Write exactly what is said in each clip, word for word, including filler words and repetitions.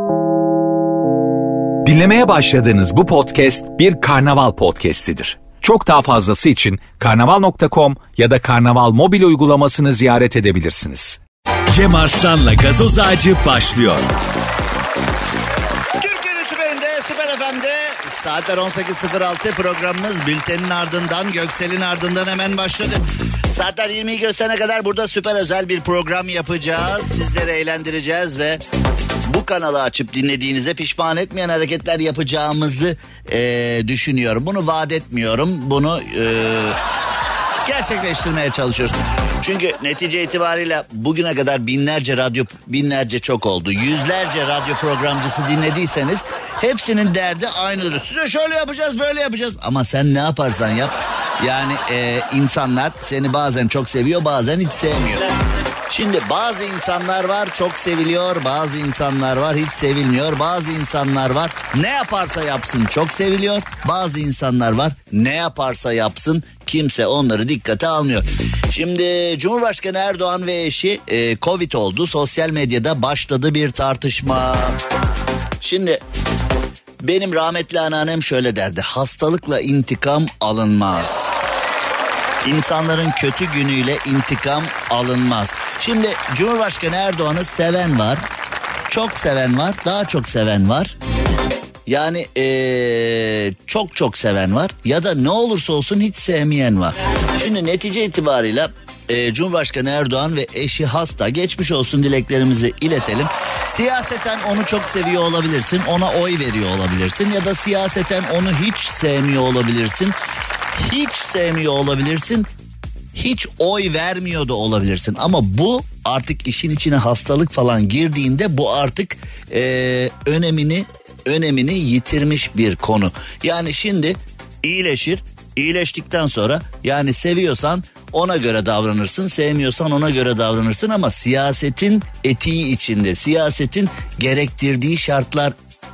Dinlemeye başladığınız bu podcast bir karnaval podcastidir. Çok daha fazlası için karnaval nokta com ya da karnaval mobil uygulamasını ziyaret edebilirsiniz. Cem Arslan'la Gazoz Ağacı başlıyor. Türkiye'nin süperinde, Süper F M'de saatler on sekiz sıfır altı, programımız bültenin ardından, Göksel'in ardından hemen başladı. Saatler yirmiyi gösterene kadar burada süper özel bir program yapacağız. Sizleri eğlendireceğiz ve bu kanalı açıp dinlediğinizde pişman etmeyen hareketler yapacağımızı e, düşünüyorum. Bunu vaat etmiyorum. Bunu e, gerçekleştirmeye çalışıyoruz. Çünkü netice itibariyle bugüne kadar binlerce radyo, binlerce çok oldu. Yüzlerce radyo programcısı dinlediyseniz hepsinin derdi aynıdır. Size şöyle yapacağız, böyle yapacağız. Ama sen ne yaparsan yap. Yani e, insanlar seni bazen çok seviyor, bazen hiç sevmiyor. Şimdi bazı insanlar var çok seviliyor, bazı insanlar var hiç sevilmiyor, bazı insanlar var ne yaparsa yapsın çok seviliyor, bazı insanlar var ne yaparsa yapsın kimse onları dikkate almıyor. Şimdi Cumhurbaşkanı Erdoğan ve eşi e, Covid oldu, sosyal medyada başladı bir tartışma. Şimdi benim rahmetli anneannem şöyle derdi: hastalıkla intikam alınmaz. İnsanların kötü günüyle intikam alınmaz. Şimdi Cumhurbaşkanı Erdoğan'ı seven var, çok seven var, daha çok seven var. Yani ee, çok çok seven var ya da ne olursa olsun hiç sevmeyen var. Şimdi netice itibariyle e, Cumhurbaşkanı Erdoğan ve eşi hasta, geçmiş olsun dileklerimizi iletelim. Siyaseten onu çok seviyor olabilirsin, ona oy veriyor olabilirsin ya da siyaseten onu hiç sevmiyor olabilirsin. Hiç sevmiyor olabilirsin, hiç oy vermiyor da olabilirsin. Ama bu artık işin içine hastalık falan girdiğinde bu artık e, önemini önemini yitirmiş bir konu. Yani şimdi iyileşir, iyileştikten sonra yani seviyorsan ona göre davranırsın, sevmiyorsan ona göre davranırsın ama siyasetin etiği içinde, siyasetin gerektirdiği şartlar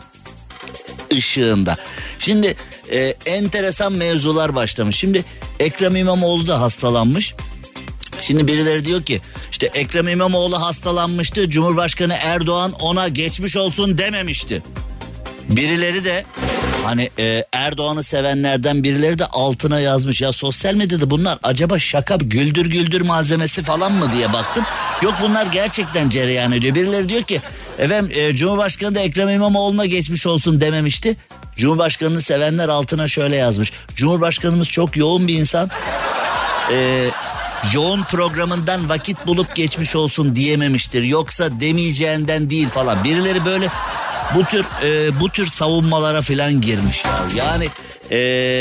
ışığında. Şimdi e, enteresan mevzular başlamış. Şimdi Ekrem İmamoğlu da hastalanmış. Şimdi birileri diyor ki işte Ekrem İmamoğlu hastalanmıştı, Cumhurbaşkanı Erdoğan ona geçmiş olsun dememişti. Birileri de hani e, Erdoğan'ı sevenlerden birileri de altına yazmış. Ya sosyal medyada bunlar acaba şaka, güldür güldür malzemesi falan mı diye baktım. Yok, bunlar gerçekten cereyan ediyor. Birileri diyor ki efendim e, Cumhurbaşkanı da Ekrem İmamoğlu'na geçmiş olsun dememişti. Cumhurbaşkanını sevenler altına şöyle yazmış: Cumhurbaşkanımız çok yoğun bir insan. Ee, yoğun programından vakit bulup geçmiş olsun diyememiştir. Yoksa demeyeceğinden değil falan. Birileri böyle bu tür e, bu tür savunmalara falan girmiş. Ya. Yani e,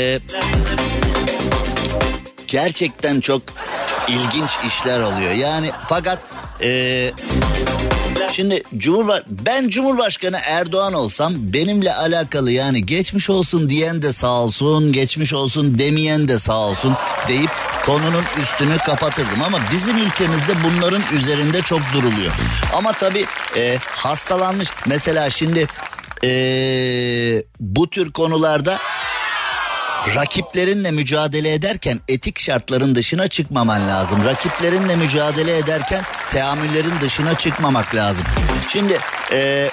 gerçekten çok ilginç işler oluyor. Yani fakat e, şimdi Cumhurbaş ben Cumhurbaşkanı Erdoğan olsam benimle alakalı yani geçmiş olsun diyen de sağ olsun, geçmiş olsun demeyen de sağ olsun deyip konunun üstünü kapatırdım. Ama bizim ülkemizde bunların üzerinde çok duruluyor. Ama tabii e, hastalanmış mesela şimdi e, bu tür konularda rakiplerinle mücadele ederken etik şartların dışına çıkmaman lazım. Rakiplerinle mücadele ederken teamüllerin dışına çıkmamak lazım. Şimdi e,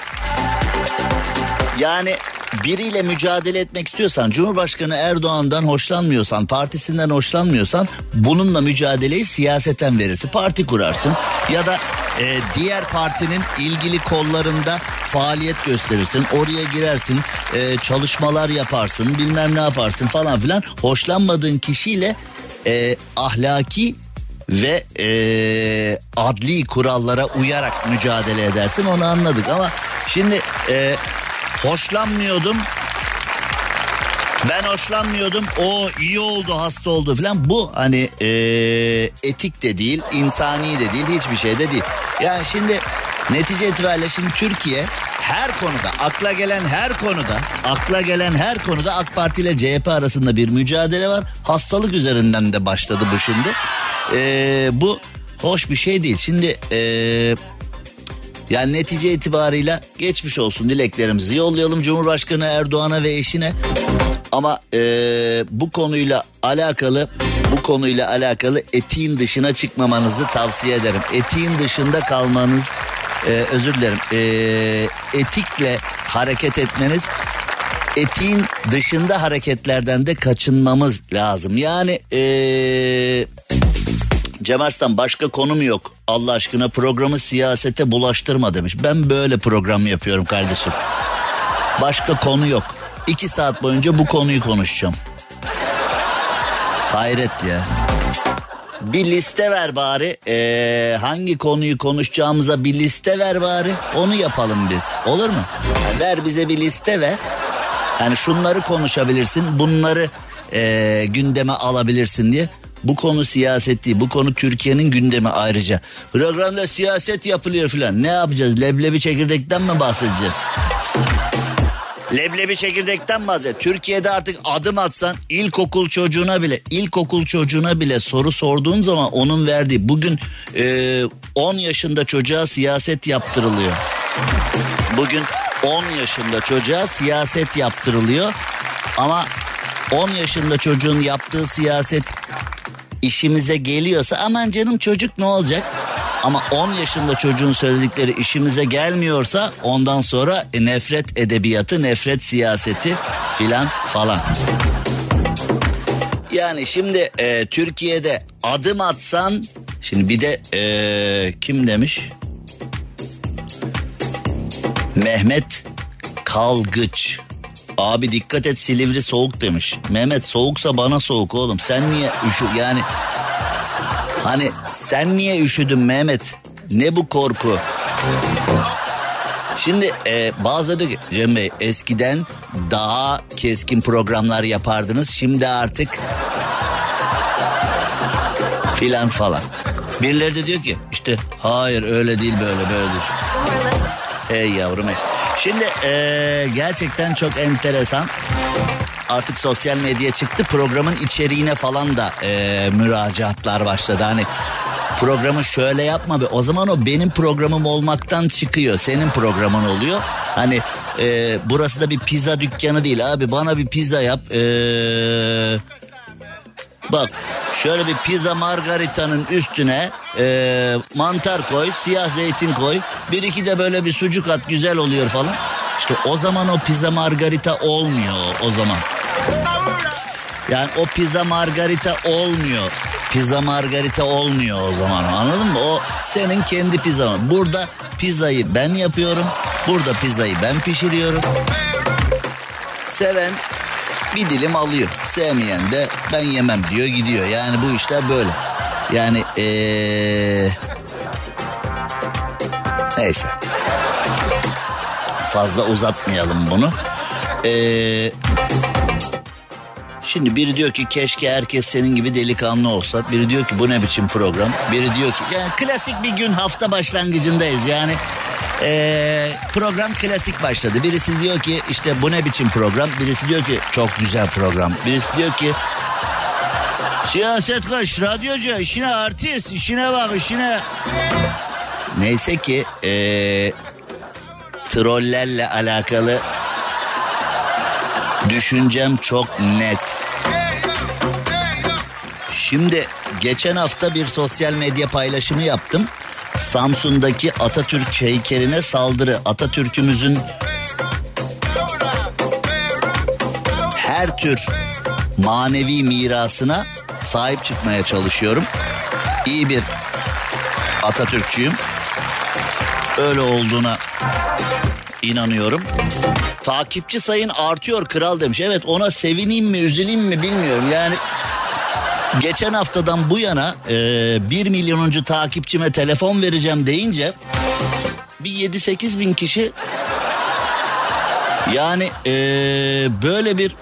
yani biriyle mücadele etmek istiyorsan, Cumhurbaşkanı Erdoğan'dan hoşlanmıyorsan, partisinden hoşlanmıyorsan bununla mücadeleyi siyaseten verirsin. Parti kurarsın ya da e, diğer partinin ilgili kollarında faaliyet gösterirsin. Oraya girersin, e, çalışmalar yaparsın, bilmem ne yaparsın falan filan. Hoşlanmadığın kişiyle e, ahlaki ve e, adli kurallara uyarak mücadele edersin. Onu anladık ama şimdi e, hoşlanmıyordum, ben hoşlanmıyordum, o iyi oldu, hasta oldu falan, bu hani e, etik de değil, insani de değil, hiçbir şey de değil. Yani şimdi netice itibariyle şimdi Türkiye her konuda, akla gelen her konuda, akla gelen her konuda AK Parti ile C H P arasında bir mücadele var. Hastalık üzerinden de başladı bu şimdi. E, bu hoş bir şey değil. Şimdi e, yani netice itibarıyla geçmiş olsun dileklerimizi yollayalım Cumhurbaşkanı Erdoğan'a ve eşine. Ama e, bu konuyla alakalı, bu konuyla alakalı etiğin dışına çıkmamanızı tavsiye ederim. Etiğin dışında kalmanız Ee, özür dilerim. Ee, etikle hareket etmeniz, etiğin dışında hareketlerden de kaçınmamız lazım. Yani ee, Cem Arslan başka konum yok. Allah aşkına programı siyasete bulaştırma demiş. Ben böyle program yapıyorum kardeşim. Başka konu yok. İki saat boyunca bu konuyu konuşacağım. Hayret ya. Bir liste ver bari. Ee, hangi konuyu konuşacağımıza bir liste ver bari. Onu yapalım biz. Olur mu? Yani ver bize bir liste ver. Yani şunları konuşabilirsin. Bunları ee, gündeme alabilirsin diye. Bu konu siyaset değil. Bu konu Türkiye'nin gündemi ayrıca. Programda siyaset yapılıyor filan. Ne yapacağız? Leblebi çekirdekten mi bahsedeceğiz? Leblebi çekirdekten bahset. Türkiye'de artık adım atsan ilkokul çocuğuna bile ilkokul çocuğuna bile soru sorduğun zaman onun verdiği, bugün e, on yaşında çocuğa siyaset yaptırılıyor. Bugün on yaşında çocuğa siyaset yaptırılıyor. Ama on yaşında çocuğun yaptığı siyaset işimize geliyorsa aman canım çocuk ne olacak? Ama on yaşında çocuğun söyledikleri işimize gelmiyorsa ondan sonra e, nefret edebiyatı, nefret siyaseti filan falan. Yani şimdi e, Türkiye'de adım atsan, şimdi bir de e, kim demiş? Mehmet Kalgıç. Abi dikkat et Silivri soğuk demiş. Mehmet soğuksa bana soğuk oğlum. Sen niye üşü yani hani sen niye üşüdün Mehmet? Ne bu korku? Şimdi e, bazıları diyor ki Cem Bey eskiden daha keskin programlar yapardınız. Şimdi artık filan falan. Birileri de diyor ki işte hayır öyle değil böyle böyledir. Hey yavrum hey. Şimdi e, gerçekten çok enteresan. Artık sosyal medya çıktı. Programın içeriğine falan da e, müracaatlar başladı. Hani programı şöyle yapma be. O zaman o benim programım olmaktan çıkıyor. Senin programın oluyor. Hani e, burası da bir pizza dükkanı değil abi. Bana bir pizza yap. Eee... Bak şöyle bir pizza margaritanın üstüne e, mantar koy, siyah zeytin koy, bir iki de böyle bir sucuk at, güzel oluyor falan. İşte o zaman o pizza margarita olmuyor o zaman. Yani o pizza margarita olmuyor. Pizza margarita olmuyor o zaman, anladın mı? O senin kendi pizzan. Burada pizzayı ben yapıyorum. Burada pizzayı ben pişiriyorum. Seven bir dilim alıyor. Sevmeyen de ben yemem diyor gidiyor. Yani bu işler böyle. Yani ee... neyse. Fazla uzatmayalım bunu. Ee... Şimdi biri diyor ki keşke herkes senin gibi delikanlı olsa. Biri diyor ki bu ne biçim program. Biri diyor ki yani klasik bir gün, hafta başlangıcındayız. Yani Ee, program klasik başladı. Birisi diyor ki işte bu ne biçim program. Birisi diyor ki çok güzel program. Birisi diyor ki siyaset kaç, radyocu, işine artist, işine bak işine. Neyse ki ee, trollerle alakalı düşüncem çok net. Şimdi geçen hafta bir sosyal medya paylaşımı yaptım. Samsun'daki Atatürk heykeline saldırı. Atatürk'ümüzün her tür manevi mirasına sahip çıkmaya çalışıyorum. İyi bir Atatürkçüyüm. Öyle olduğuna inanıyorum. Takipçi sayın artıyor kral demiş. Evet, ona sevineyim mi üzüleyim mi bilmiyorum. Yani geçen haftadan bu yana e, bir milyonuncu takipçime telefon vereceğim deyince bir yedi sekiz bin kişi, yani e, böyle bir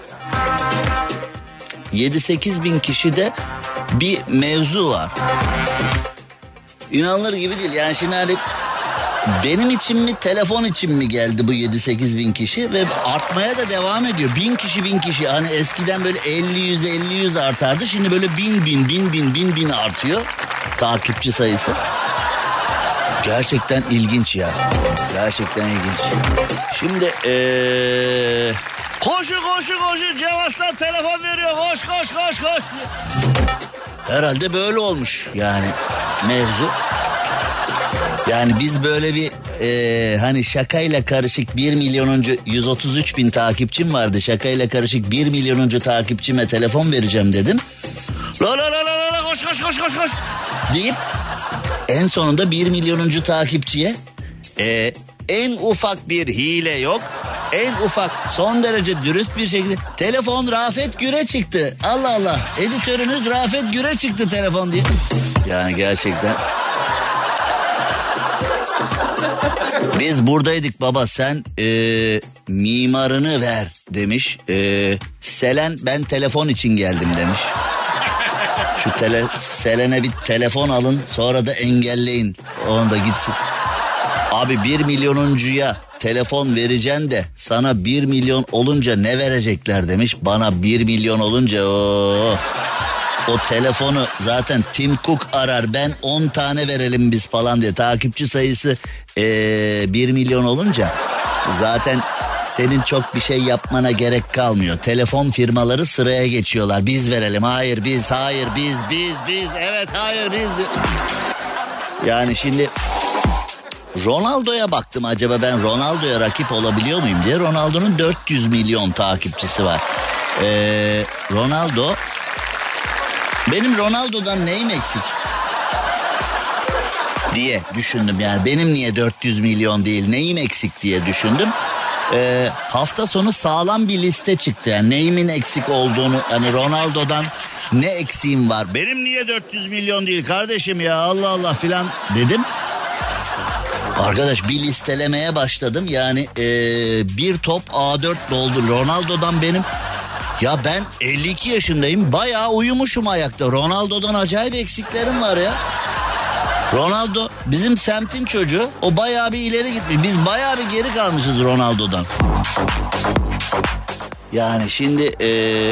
yedi sekiz bin kişide bir mevzu var. İnanılır gibi değil. Yani şimdi hani benim için mi telefon için mi geldi bu yedi sekiz bin kişi ve artmaya da devam ediyor. Bin kişi bin kişi, hani eskiden böyle elli yüz elli yüz artardı, şimdi böyle bin bin bin bin bin bin artıyor takipçi sayısı. Gerçekten ilginç ya. Gerçekten ilginç. Şimdi ee... koşu koşu koşu Cem Arslan telefon veriyor, koş koş koş koş. Herhalde böyle olmuş yani mevzu. Yani biz böyle bir e, hani şakayla karışık bir milyonuncu yüz otuz üç bin takipçim vardı. Şakayla karışık bir milyonuncu takipçime telefon vereceğim dedim. La la la la la koş koş koş koş koş deyip en sonunda bir milyonuncu takipçiye e, en ufak bir hile yok. En ufak son derece dürüst bir şekilde telefon Rafet Güre çıktı. Allah Allah, editörünüz Rafet Güre çıktı telefon diye. Yani gerçekten. Biz buradaydık baba, sen e, mimarını ver demiş. E, Selen ben telefon için geldim demiş. Şu tele, Selen'e bir telefon alın, sonra da engelleyin. Onu da gitsin. Abi bir milyonuncuya telefon vereceksin de sana bir milyon olunca ne verecekler demiş. Bana bir milyon olunca o o telefonu zaten Tim Cook arar, ben on tane verelim biz falan diye. Takipçi sayısı ee, bir milyon olunca zaten senin çok bir şey yapmana gerek kalmıyor. Telefon firmaları sıraya geçiyorlar. Biz verelim, hayır biz, hayır biz, biz, biz, evet hayır biz. Yani şimdi Ronaldo'ya baktım, acaba ben Ronaldo'ya rakip olabiliyor muyum diye. Ronaldo'nun dört yüz milyon takipçisi var. Ee, Ronaldo, benim Ronaldo'dan neyim eksik diye düşündüm. Yani benim niye dört yüz milyon değil, neyim eksik diye düşündüm. Ee, hafta sonu sağlam bir liste çıktı. Yani neyimin eksik olduğunu, hani Ronaldo'dan ne eksiğim var, benim niye dört yüz milyon değil kardeşim ya, Allah Allah filan dedim. Arkadaş bir listelemeye başladım. Yani ee, bir top A dört doldu. Ronaldo'dan benim, ya ben elli iki yaşındayım, bayağı uyumuşum ayakta. Ronaldo'dan acayip eksiklerim var ya. Ronaldo bizim semtin çocuğu, o bayağı bir ileri gitmiş. Biz bayağı bir geri kalmışız Ronaldo'dan. Yani şimdi ee,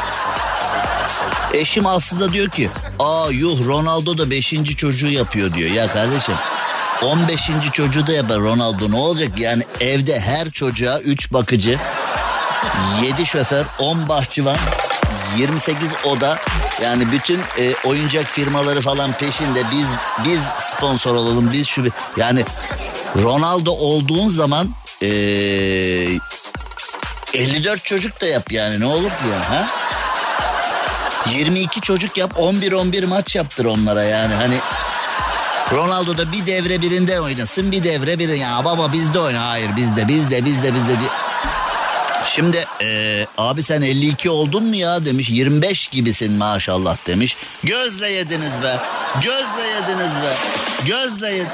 eşim aslında diyor ki, aa yuh Ronaldo da beşinci çocuğu yapıyor diyor. Ya kardeşim, on beşinci çocuğu da yapar Ronaldo, ne olacak yani? Evde her çocuğa üç bakıcı, yedi şoför, on bahçıvan, yirmi sekiz oda, yani bütün e, oyuncak firmaları falan peşinde. Biz biz sponsor olalım, biz şu, yani Ronaldo olduğun zaman e, elli dört çocuk da yap yani, ne olur ki ya, ha? yirmi iki çocuk yap, on bir on bir maç yaptır onlara yani. Hani Ronaldo da bir devre birinde oynasın, bir devre birinde, ya baba bizde oyna, hayır bizde bizde bizde bizde diye. Şimdi ee, abi sen elli iki oldun mu ya demiş, yirmi beş gibisin maşallah demiş. Gözle yediniz be, gözle yediniz be, gözle yediniz.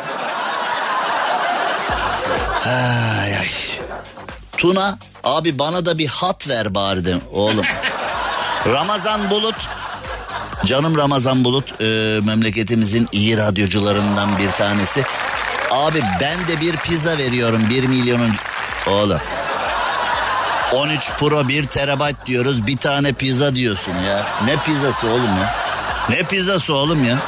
Ay ay. Tuna abi bana da bir hat ver bari de oğlum. Ramazan Bulut, canım Ramazan Bulut, e, memleketimizin iyi radyocularından bir tanesi. Abi ben de bir pizza veriyorum bir milyonun oğlum. on üç Pro bir terabayt diyoruz, bir tane pizza diyorsun ya. Ne pizzası oğlum ya? Ne pizzası oğlum ya?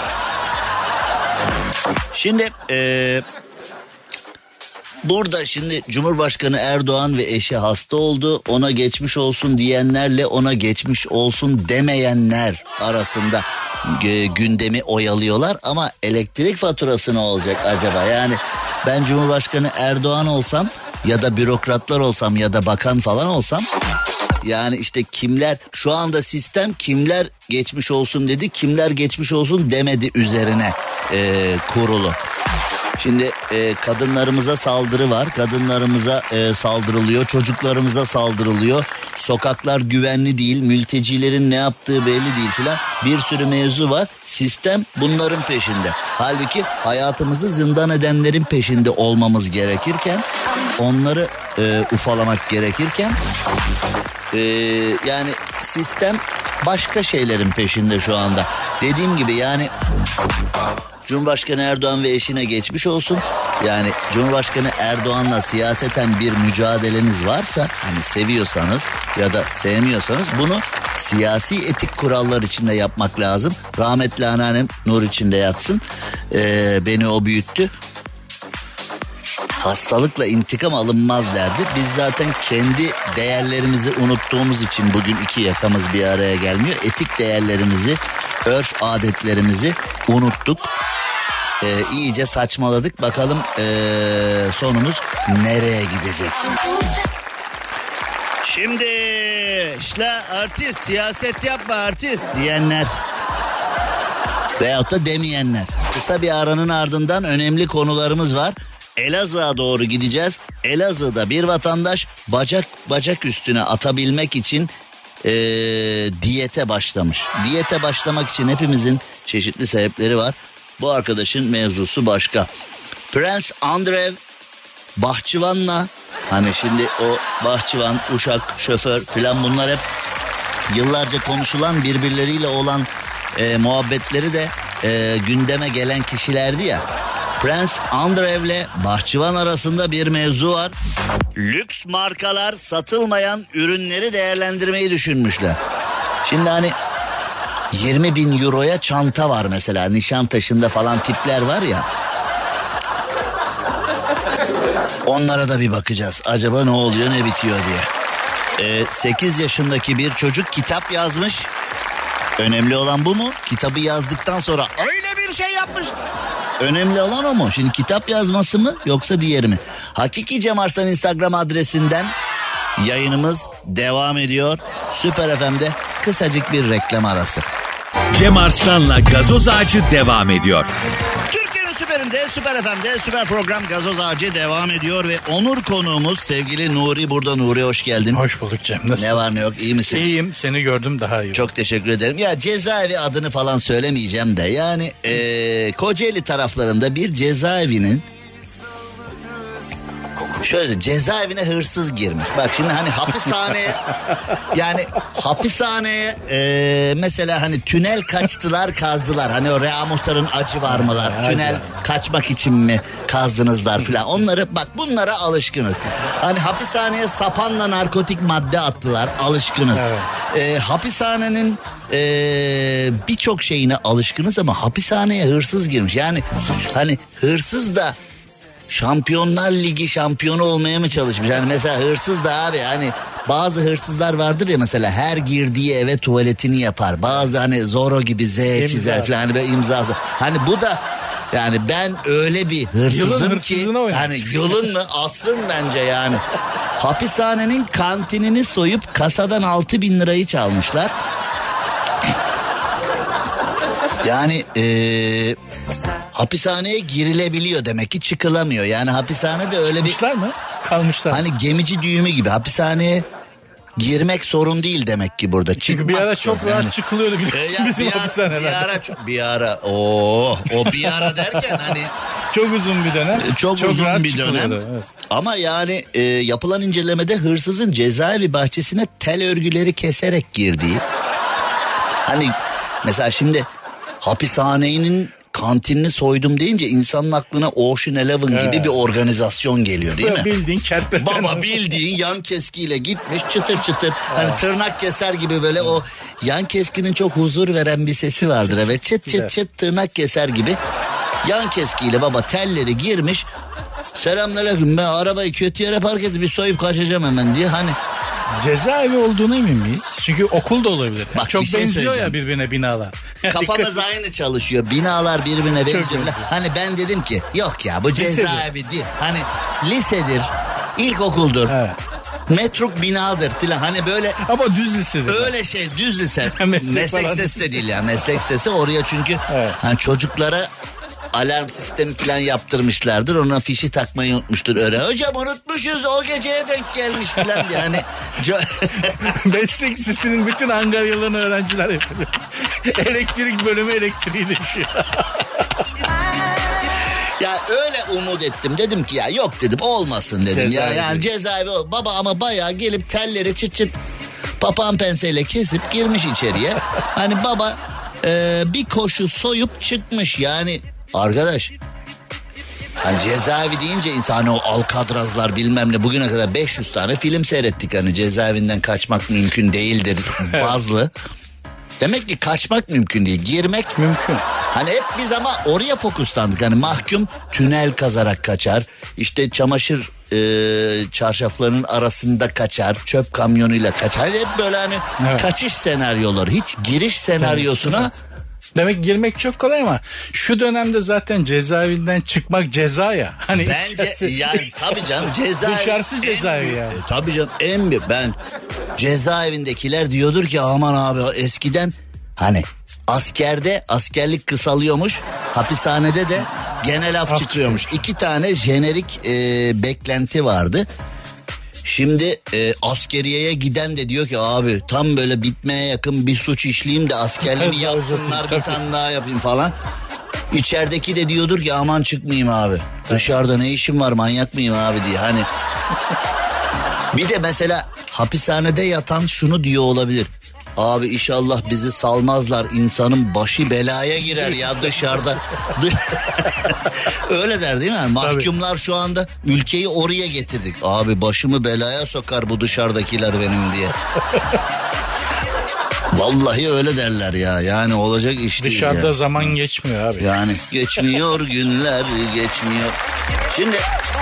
Şimdi e, burada şimdi Cumhurbaşkanı Erdoğan ve eşi hasta oldu. Ona geçmiş olsun diyenlerle ona geçmiş olsun demeyenler arasında e, gündemi oyalıyorlar. Ama elektrik faturası ne olacak acaba? Yani ben Cumhurbaşkanı Erdoğan olsam ya da bürokratlar olsam ya da bakan falan olsam, yani işte kimler şu anda sistem kimler geçmiş olsun dedi, kimler geçmiş olsun demedi üzerine e, kurulu. Şimdi e, kadınlarımıza saldırı var, kadınlarımıza e, saldırılıyor, çocuklarımıza saldırılıyor. Sokaklar güvenli değil, mültecilerin ne yaptığı belli değil filan, bir sürü mevzu var. Sistem bunların peşinde. Halbuki hayatımızı zindan edenlerin peşinde olmamız gerekirken, onları e, ufalamak gerekirken, e, yani sistem başka şeylerin peşinde şu anda. Dediğim gibi yani Cumhurbaşkanı Erdoğan ve eşine geçmiş olsun. Yani Cumhurbaşkanı Erdoğan'la siyaseten bir mücadeleniz varsa, hani seviyorsanız ya da sevmiyorsanız, bunu siyasi etik kurallar içinde yapmak lazım. Rahmetli anneannem nur içinde yatsın. Ee, beni o büyüttü. Hastalıkla intikam alınmaz derdi. Biz zaten kendi değerlerimizi unuttuğumuz için bugün iki yakamız bir araya gelmiyor. Etik değerlerimizi, örf adetlerimizi unuttuk. e, iyice saçmaladık. Bakalım e, sonumuz nereye gidecek? Şimdi işte artist, siyaset yapma artist diyenler veyahut da demeyenler. Kısa bir aranın ardından önemli konularımız var. Elazığ'a doğru gideceğiz. Elazığ'da bir vatandaş bacak bacak üstüne atabilmek için ee, diyete başlamış. Diyete başlamak için hepimizin çeşitli sebepleri var. Bu arkadaşın mevzusu başka. Prens Andrew bahçıvanla, hani şimdi o bahçıvan, uşak, şoför falan, bunlar hep yıllarca konuşulan, birbirleriyle olan e, muhabbetleri de e, gündeme gelen kişilerdi ya. Prens Andrew ile bahçıvan arasında bir mevzu var. Lüks markalar satılmayan ürünleri değerlendirmeyi düşünmüşler. Şimdi hani yirmi bin euroya çanta var mesela, Nişantaşı'nda falan tipler var ya. Onlara da bir bakacağız. Acaba ne oluyor, ne bitiyor diye. Ee, sekiz yaşındaki bir çocuk kitap yazmış. Önemli olan bu mu? Kitabı yazdıktan sonra öyle bir şey yapmış. Önemli olan o mu? Şimdi kitap yazması mı yoksa diğeri mi? Hakiki Cem Arslan Instagram adresinden yayınımız devam ediyor. Süper F M'de kısacık bir reklam arası. Cem Arslan'la Gazoz Ağacı devam ediyor. Türkiye'nin süperinde, Süper F M'de süper program Gazoz Ağacı devam ediyor ve onur konuğumuz sevgili Nuri burada. Nuri hoş geldin. Hoş bulduk Cem. Nasılsın? Ne var ne yok, iyi misin? İyiyim, seni gördüm daha iyi. Çok teşekkür ederim. Ya cezaevi adını falan söylemeyeceğim de yani ee, Kocaeli taraflarında bir cezaevinin şöyle cezaevine hırsız girmiş. Bak şimdi hani hapishaneye yani hapishaneye e, mesela hani tünel kaçtılar, kazdılar. Hani o Rea Muhtar'ın acı var mılar? Tünel kaçmak için mi kazdınızlar filan. Onları bak, bunlara alışkınız. Hani hapishaneye sapanla narkotik madde attılar, alışkınız. Evet. E, hapishanenin e, birçok şeyine alışkınız ama hapishaneye hırsız girmiş. Yani hani hırsız da Şampiyonlar Ligi şampiyonu olmaya mı çalışmış? Yani mesela hırsız da abi, hani bazı hırsızlar vardır ya, mesela her girdiği eve tuvaletini yapar. Bazı hani Zorro gibi Z çizer falan, hani böyle imzası. Hani bu da yani ben öyle bir hırsızım ki hani yılın mı asrın bence yani. Hapishanenin kantinini soyup kasadan altı bin lirayı çalmışlar. Yani eee hapishaneye girilebiliyor, demek ki çıkılamıyor. Yani hapishanede öyle bir... Kalmışlar mı? Kalmışlar. Hani gemici düğümü gibi hapishaneye girmek sorun değil demek ki burada. Çünkü çıkmak bir ara çok sorun. rahat Yani, çıkılıyordu biliyorsun e ya, bizim bir hapishanelerde. Bir ara, bir ara, oo, o bir ara derken hani... Çok uzun bir dönem. Çok, çok uzun bir dönem. Evet. Ama yani e, yapılan incelemede hırsızın cezaevi bahçesine tel örgüleri keserek girdiği... Hani mesela şimdi hapishanenin kantinini soydum deyince insanın aklına Ocean Eleven evet. gibi bir organizasyon geliyor değil mi? Bildiğin kerpeten. Baba bildiğin yan keskiyle gitmiş çıtır çıtır. Hani tırnak keser gibi böyle o yan keskinin çok huzur veren bir sesi vardır. Evet, çıt çıt çıt tırnak keser gibi. Yan keskiyle baba telleri girmiş. Selamünaleyküm, ben arabayı kötü yere park ettim, bir soyup kaçacağım hemen diye hani. Cezaevi olduğuna emin miyiz? Çünkü okul da olabilir. Bak, çok şey benziyor ya birbirine binalar. Kafamız aynı çalışıyor. Binalar birbirine benziyor. Hani ben dedim ki yok ya bu cezaevi değil. Hani lisedir, ilkokuldur. Evet. Metruk binadır filan, hani böyle. Ama düz lisedir. Öyle şey, düz lise. meslek meslek sesi de değil ya. Meslek sesi oraya çünkü evet. Hani çocuklara alarm sistemi falan yaptırmışlardır. Ona fişi takmayı unutmuştur öyle. Hocam unutmuşuz, o geceye denk gelmiş falan diye. Hani meslek lisesinin bütün Angaryalarını öğrenciler yapıyor. Elektrik bölümü elektriği düşüyor. Ya öyle umut ettim, dedim ki ya yok dedim, olmasın dedim. Cezaevi. Ya yani cezaevi baba, ama bayağı gelip telleri çıt çıt papağan penseyle kesip girmiş içeriye. Hani baba e, bir koşu soyup çıkmış yani. Arkadaş, hani cezaevi deyince insan o Alcatrazlar bilmem ne, bugüne kadar beş yüz tane film seyrettik, hani cezaevinden kaçmak mümkün değildir bazlı. Demek ki kaçmak mümkün değil, girmek mümkün. Hani hep biz ama oraya fokuslandık. Hani mahkum tünel kazarak kaçar, işte çamaşır e, çarşaflarının arasında kaçar, çöp kamyonuyla kaçar. Hep böyle hani evet. Kaçış senaryoları, hiç giriş senaryosuna Demek girmek çok kolay ama şu dönemde zaten cezaevinden çıkmak ceza ya. Hani Bence içerisi, yani tabii canım cezaevi. dışarısı cezaevi yani. E, tabii canım en bir ben cezaevindekiler diyordur ki aman abi eskiden hani askerde askerlik kısalıyormuş, hapishanede de genel af çıkıyormuş. İki tane jenerik e, beklenti vardı. Şimdi e, askeriyeye giden de diyor ki abi tam böyle bitmeye yakın bir suç işleyeyim de askerliğimi yapsınlar, bir tane daha yapayım falan. İçerideki de diyordur ki aman çıkmayayım abi. Dışarıda ne işim var, manyak mıyım abi diye hani. Bir de mesela hapishanede yatan şunu diyor olabilir. Abi inşallah bizi salmazlar, insanın başı belaya girer ya dışarıda. Öyle der değil mi? Yani mahkumlar şu anda ülkeyi oraya getirdik. Abi başımı belaya sokar bu dışarıdakiler benim diye. Vallahi öyle derler ya. Yani olacak iş değil. Dışarıda ya. zaman geçmiyor abi. Yani geçmiyor günler geçmiyor. Şimdi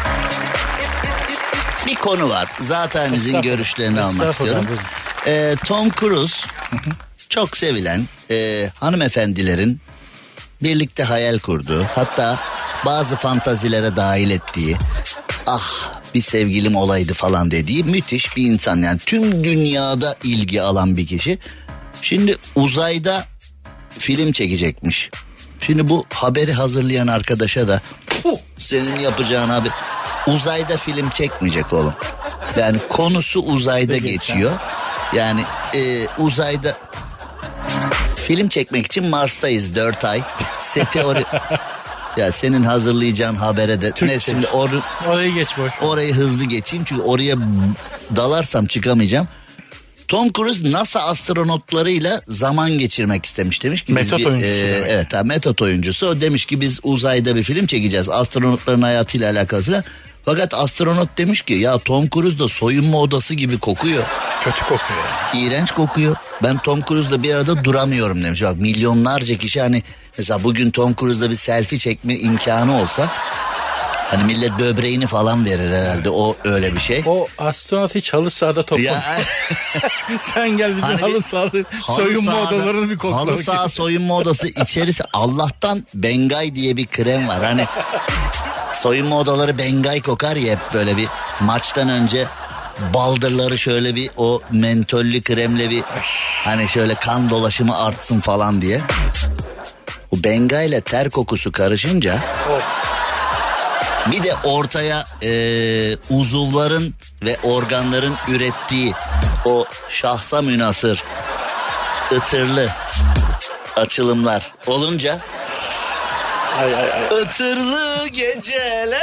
bir konu var. Zatenizin görüşlerini almak istiyorum. Ee, Tom Cruise çok sevilen e, hanımefendilerin birlikte hayal kurduğu, hatta bazı fantazilere dahil ettiği, ah bir sevgilim olaydı falan dediği müthiş bir insan. Yani tüm dünyada ilgi alan bir kişi. Şimdi uzayda film çekecekmiş. Şimdi bu haberi hazırlayan arkadaşa da senin yapacağın abi, uzayda film çekmeyecek oğlum. Yani konusu uzayda geçiyor. Yani e, uzayda film çekmek için Mars'tayız dört ay. Seti oraya... Ya senin hazırlayacağın habere de... Türkçe. Ne şimdi or... Orayı geç boş. Orayı hızlı geçeyim çünkü oraya dalarsam çıkamayacağım. Tom Cruise NASA astronotlarıyla zaman geçirmek istemiş, demiş ki metot biz bir, oyuncusu e, demek. evet ha, metot oyuncusu. O demiş ki biz uzayda bir film çekeceğiz astronotların hayatıyla alakalı falan. Fakat astronot demiş ki ya Tom Cruise da soyunma odası gibi kokuyor. Kötü kokuyor yani. İğrenç kokuyor. Ben Tom Cruise'la bir arada duramıyorum demiş. Bak milyonlarca kişi hani mesela bugün Tom Cruise'la bir selfie çekme imkanı olsa hani millet böbreğini falan verir herhalde, o öyle bir şey. O astronot hiç halı sahada top Ya, sen gel bizim hani halı sahada soyunma sahada, odalarını bir kokla. Halı saha soyunma odası içerisi Allah'tan Bengay diye bir krem var. Hani soyunma odaları Bengay kokar ya hep böyle bir maçtan önce baldırları şöyle bir o mentollü kremle bir hani şöyle kan dolaşımı artsın falan diye. O Bengay ile ter kokusu karışınca bir de ortaya e, uzuvların ve organların ürettiği o şahsa münhasır ıtırlı açılımlar olunca Ay ay ay. ıtırlı gecelerde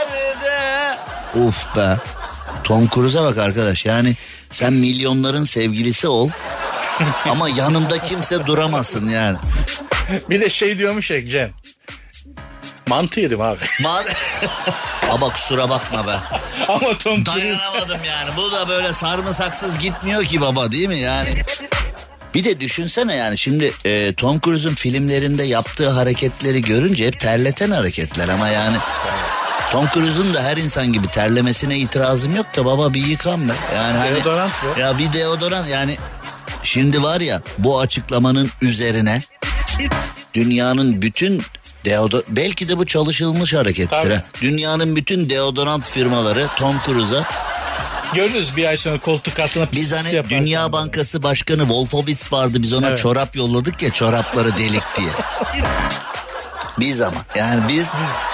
uf be. Tom Cruise'a bak arkadaş, yani sen milyonların sevgilisi ol ama yanında kimse duramasın yani. Bir de şey diyormuş ya Cem. Mantı yedim abi. Ma- Ama kusura bakma be. Ama Tom Cruise... Dayanamadım yani. Bu da böyle sarımsaksız gitmiyor ki baba, değil mi yani? Bir de düşünsene yani şimdi e, Tom Cruise'un filmlerinde yaptığı hareketleri görünce hep terleten hareketler ama yani... Tom Cruise'un da her insan gibi terlemesine itirazım yok da baba bir yıkan be. Yani hani, deodorant bu. Ya bir deodorant yani şimdi var ya bu açıklamanın üzerine dünyanın bütün deodorant, belki de bu çalışılmış harekettir. Ha. Dünyanın bütün deodorant firmaları Tom Cruise'a görürüz bir ay sonra koltuk altına pis biz hani yapar. Dünya Bankası Başkanı Wolfowitz vardı, biz ona evet. çorap yolladık ya, çorapları delik diye. Biz ama yani biz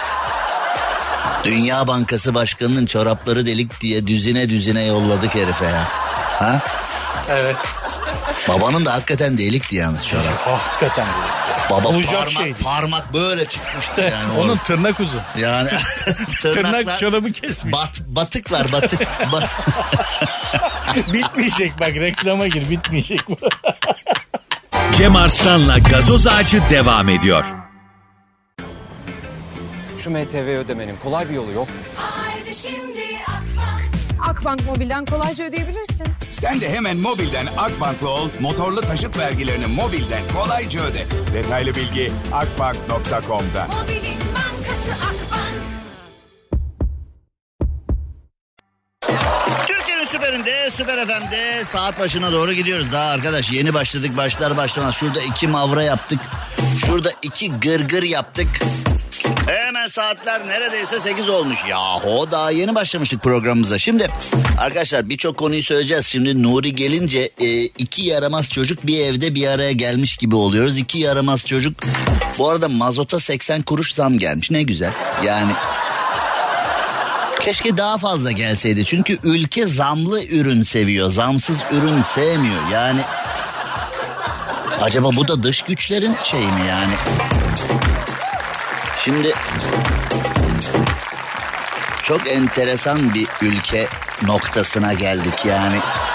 Dünya Bankası Başkanı'nın çorapları delik diye düzine düzine yolladık herife ya. Ha? Evet. Babanın da hakikaten delikti yalnız çorap. Hakikaten delikti. Baba olacak parmak, şeydi. parmak böyle çıkmıştı yani. Onun tırnak uzun. Yani tırnak çorabı kesmiş. Bat, batık var batık. Bat... Bitmeyecek bak, reklama gir, bitmeyecek bu. Cem Arslan'la Gazoz Ağacı devam ediyor. Şu M T V ödemenin kolay bir yolu yok. Haydi şimdi Akbank. Akbank Mobil'den kolayca ödeyebilirsin. Sen de hemen mobilden Akbank'la ol, motorlu taşıt vergilerini mobilden kolayca öde. Detaylı bilgi akbank nokta com'da. Mobilin bankası Akbank. Türkiye'nin Süper'inde, Süper F M'de saat başına doğru gidiyoruz. Daha arkadaş yeni başladık, başlar başlamaz. Şurada iki mavra yaptık. Şurada iki gırgır yaptık. Hemen saatler neredeyse sekiz olmuş. Yahu daha yeni başlamıştık programımıza. Şimdi arkadaşlar birçok konuyu söyleyeceğiz. Şimdi Nuri gelince e, iki yaramaz çocuk bir evde bir araya gelmiş gibi oluyoruz. İki yaramaz çocuk. Bu arada mazota seksen kuruş zam gelmiş. Ne güzel. Yani keşke daha fazla gelseydi. Çünkü ülke zamlı ürün seviyor. Zamsız ürün sevmiyor. Yani acaba bu da dış güçlerin şeyi mi yani? Şimdi çok enteresan bir ülke noktasına geldik yani.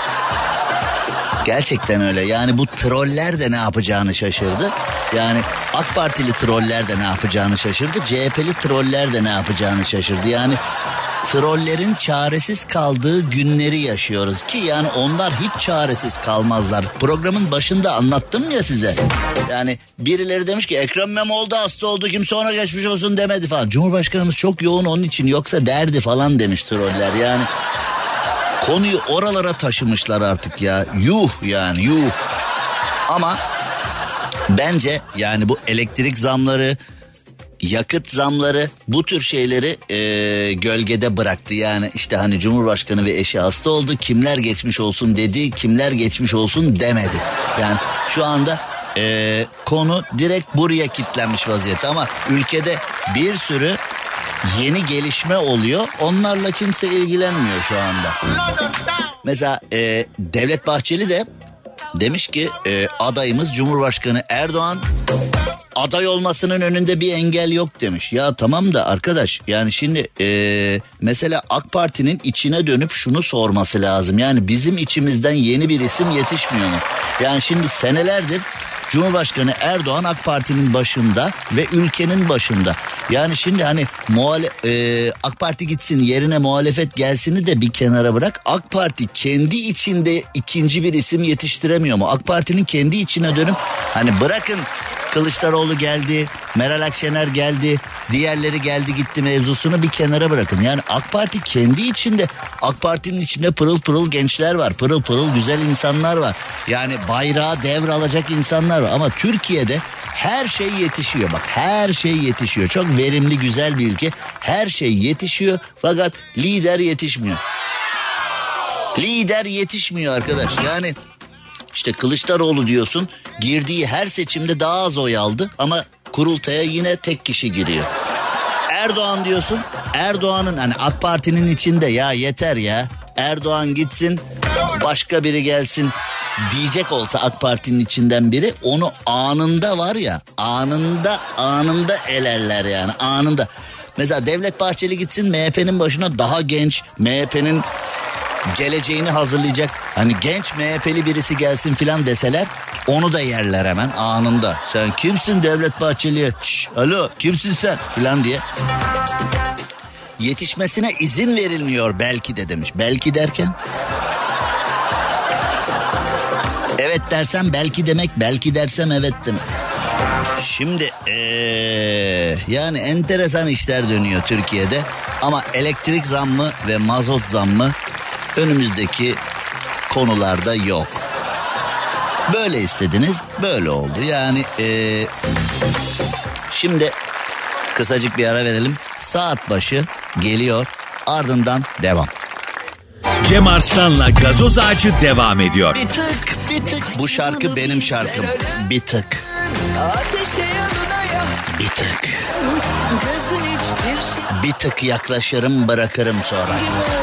Gerçekten öyle. Yani bu troller de ne yapacağını şaşırdı. Yani AK Partili troller de ne yapacağını şaşırdı. C H P'li troller de ne yapacağını şaşırdı. Yani trollerin çaresiz kaldığı günleri yaşıyoruz ki yani onlar hiç çaresiz kalmazlar. Programın başında anlattım ya size. Yani birileri demiş ki Ekrem İmamoğlu hasta oldu, kimse ona geçmiş olsun demedi falan. Cumhurbaşkanımız çok yoğun onun için, yoksa derdi falan demiş troller. Yani konuyu oralara taşımışlar artık ya. Yuh yani yuh. Ama bence yani bu elektrik zamları, yakıt zamları, bu tür şeyleri e, gölgede bıraktı. Yani işte hani Cumhurbaşkanı ve eşi hasta oldu, kimler geçmiş olsun dedi, kimler geçmiş olsun demedi. Yani şu anda e, konu direkt buraya kilitlenmiş vaziyette. Ama ülkede bir sürü yeni gelişme oluyor, onlarla kimse ilgilenmiyor şu anda. Mesela e, Devlet Bahçeli de demiş ki e, adayımız Cumhurbaşkanı Erdoğan, aday olmasının önünde bir engel yok demiş. Ya tamam da arkadaş yani şimdi e, mesela AK Parti'nin içine dönüp şunu sorması lazım. Yani bizim içimizden yeni bir isim yetişmiyor mu? Yani şimdi senelerdir Cumhurbaşkanı Erdoğan AK Parti'nin başında ve ülkenin başında. Yani şimdi hani muhale, e, AK Parti gitsin yerine muhalefet gelsini de bir kenara bırak. AK Parti kendi içinde ikinci bir isim yetiştiremiyor mu? AK Parti'nin kendi içine dönüp hani bırakın Kılıçdaroğlu geldi, Meral Akşener geldi, diğerleri geldi gitti mevzusunu bir kenara bırakın. Yani AK Parti kendi içinde, AK Parti'nin içinde pırıl pırıl gençler var, pırıl pırıl güzel insanlar var. Yani bayrağı devralacak insanlar var ama Türkiye'de her şey yetişiyor. Bak her şey yetişiyor. Çok verimli, güzel bir ülke. Her şey yetişiyor fakat lider yetişmiyor. Lider yetişmiyor arkadaş. Yani işte Kılıçdaroğlu diyorsun, girdiği her seçimde daha az oy aldı ama kurultaya yine tek kişi giriyor. Erdoğan diyorsun, Erdoğan'ın hani AK Parti'nin içinde ya yeter ya, Erdoğan gitsin başka biri gelsin diyecek olsa AK Parti'nin içinden biri, onu anında var ya, anında anında elerler yani anında. Mesela Devlet Bahçeli gitsin M H P'nin başına, daha genç, M H P'nin geleceğini hazırlayacak hani genç M H P'li birisi gelsin filan deseler onu da yerler hemen anında. Sen kimsin Devlet Bahçeli'ye? Şş, alo kimsin sen filan diye. Yetişmesine izin verilmiyor belki de demiş. Belki derken? Evet dersem belki demek, belki dersem evet demek. Şimdi ee, yani enteresan işler dönüyor Türkiye'de ama elektrik zammı ve mazot zammı önümüzdeki konularda yok. Böyle istediniz, böyle oldu. Yani ee, şimdi kısacık bir ara verelim. Saat başı geliyor, ardından devam. Cem Arslan'la Gazoz Ağacı devam ediyor. Bir tık, bir tık. Bu şarkı benim şarkım. Bir tık. Bir tık. Bir tık yaklaşırım, bırakırım sonra.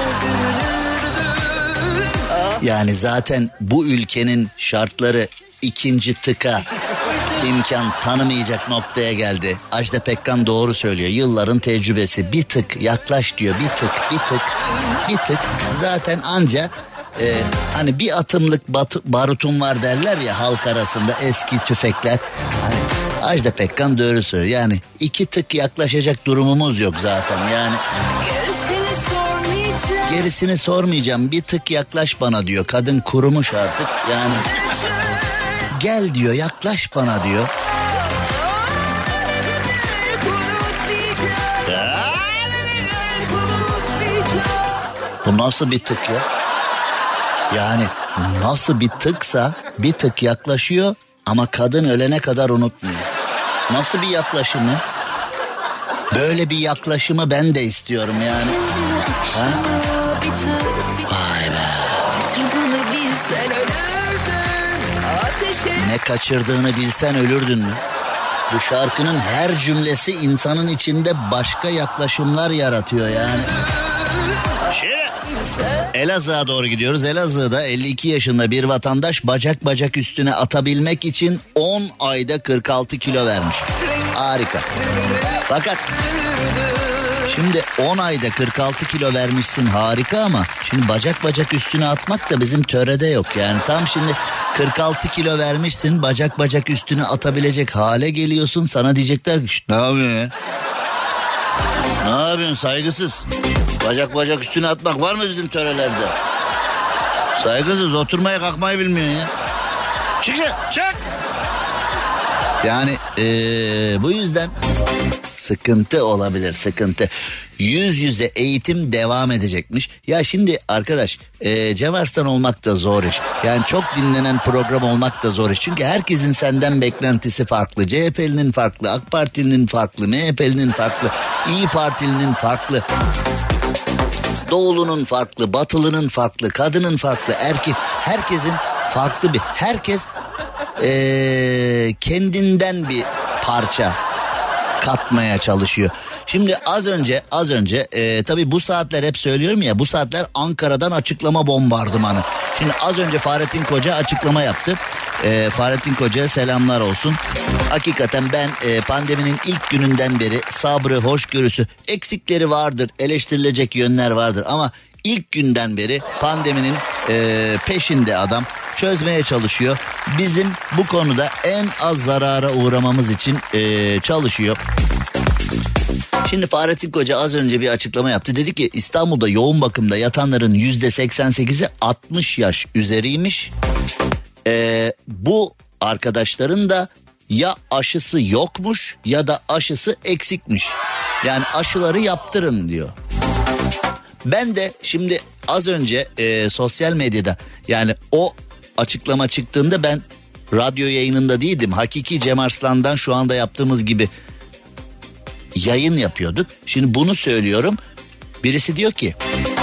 Yani zaten bu ülkenin şartları ikinci tıka imkan tanımayacak noktaya geldi. Ajda Pekkan doğru söylüyor. Yılların tecrübesi. Bir tık yaklaş diyor. Bir tık, bir tık, bir tık. Zaten anca e, hani bir atımlık bat, barutum var derler ya halk arasında, eski tüfekler. Hani Ajda Pekkan doğru söylüyor. Yani iki tık yaklaşacak durumumuz yok zaten. Yani gerisini sormayacağım. Bir tık yaklaş bana diyor. Kadın kurumuş artık. Yani gel diyor, yaklaş bana diyor. Bu nasıl bir tık ya? Yani nasıl bir tıksa bir tık yaklaşıyor ama kadın ölene kadar unutmuyor. Nasıl bir yaklaşım ya? Böyle bir yaklaşımı ben de istiyorum yani. Ha? Vay be. Ne kaçırdığını bilsen ölürdün mü? Bu şarkının her cümlesi insanın içinde başka yaklaşımlar yaratıyor yani. Elazığ'a doğru gidiyoruz. Elazığ'da elli iki yaşında bir vatandaş bacak bacak üstüne atabilmek için on ayda kırk altı kilo vermiş. Harika. Fakat şimdi on ayda kırk altı kilo vermişsin, harika, ama şimdi bacak bacak üstüne atmak da bizim törede yok. Yani tam şimdi kırk altı kilo vermişsin, bacak bacak üstüne atabilecek hale geliyorsun. Sana diyecekler ki ne yapıyorsun ya? Ne yapıyorsun saygısız? Bacak bacak üstüne atmak var mı bizim törelerde? Saygısız, oturmaya kalkmayı bilmiyorsun ya. Çık çık çık. Yani ee, bu yüzden sıkıntı olabilir, sıkıntı. Yüz yüze eğitim devam edecekmiş. Ya şimdi arkadaş e, Cem Arslan olmak da zor iş. Yani çok dinlenen program olmak da zor iş. Çünkü herkesin senden beklentisi farklı. C H P'linin farklı, AK Partili'nin farklı, M H P'linin farklı, İyi Partili'nin farklı. Doğulunun farklı, batılının farklı, kadının farklı, erkek, herkesin farklı bir, herkes ee, kendinden bir parça katmaya çalışıyor. Şimdi az önce az önce e, tabii bu saatler hep söylüyorum ya, bu saatler Ankara'dan açıklama bombardımanı. Şimdi az önce Fahrettin Koca açıklama yaptı. E, Fahrettin Koca'ya selamlar olsun. Hakikaten ben e, pandeminin ilk gününden beri sabrı, hoşgörüsü, eksikleri vardır, eleştirilecek yönler vardır ama ilk günden beri pandeminin e, peşinde adam, çözmeye çalışıyor. Bizim bu konuda en az zarara uğramamız için e, çalışıyor. Şimdi Fahrettin Koca az önce bir açıklama yaptı. Dedi ki İstanbul'da yoğun bakımda yatanların yüzde seksen sekizi altmış yaş üzeriymiş. Ee, bu arkadaşların da ya aşısı yokmuş ya da aşısı eksikmiş. Yani aşıları yaptırın diyor. Ben de şimdi az önce e, sosyal medyada, yani o açıklama çıktığında ben radyo yayınında değildim. Hakiki Cem Arslan'dan şu anda yaptığımız gibi yayın yapıyorduk. Şimdi bunu söylüyorum. Birisi diyor ki,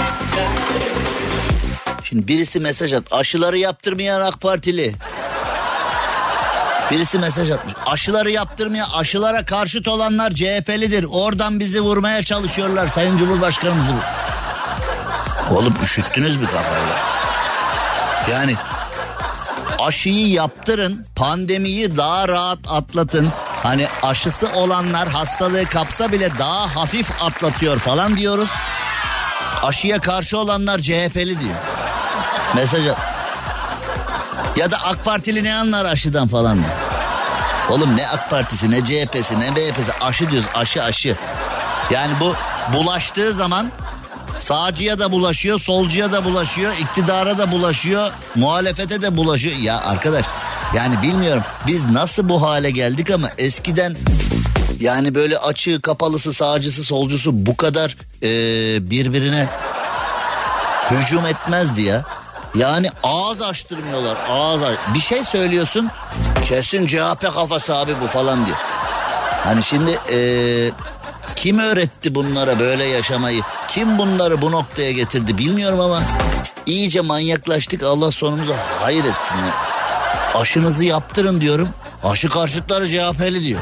şimdi birisi mesaj at, aşıları yaptırmayan AK Partili. Birisi mesaj atmış, aşıları yaptırmayan, aşılara karşıt olanlar C H P'lidir. Oradan bizi vurmaya çalışıyorlar Sayın Cumhurbaşkanımızı. Oğlum üşüttünüz mü kafayı? Yani aşıyı yaptırın, pandemiyi daha rahat atlatın. Hani aşısı olanlar hastalığı kapsa bile daha hafif atlatıyor falan diyoruz. Aşıya karşı olanlar C H P'li diyor. Mesaj at. Ya da AK Partili ne anlar aşıdan falan diyor. Oğlum ne AK Partisi, ne C H P'si, ne B H P'si, aşı diyoruz, aşı aşı. Yani bu bulaştığı zaman sağcıya da bulaşıyor, solcuya da bulaşıyor, iktidara da bulaşıyor, muhalefete de bulaşıyor. Ya arkadaş, yani bilmiyorum biz nasıl bu hale geldik ama eskiden yani böyle açığı kapalısı, sağcısı, solcusu bu kadar ee, birbirine hücum etmezdi ya. Yani ağız açtırmıyorlar, ağız aç. Bir şey söylüyorsun, kesin C H P kafası abi bu falan diyor. Hani şimdi ee, kim öğretti bunlara böyle yaşamayı? Kim bunları bu noktaya getirdi bilmiyorum ama iyice manyaklaştık. Allah sonumuzu hayır etsin ya. Aşınızı yaptırın diyorum. Aşı karşıtları C H P'li diyor.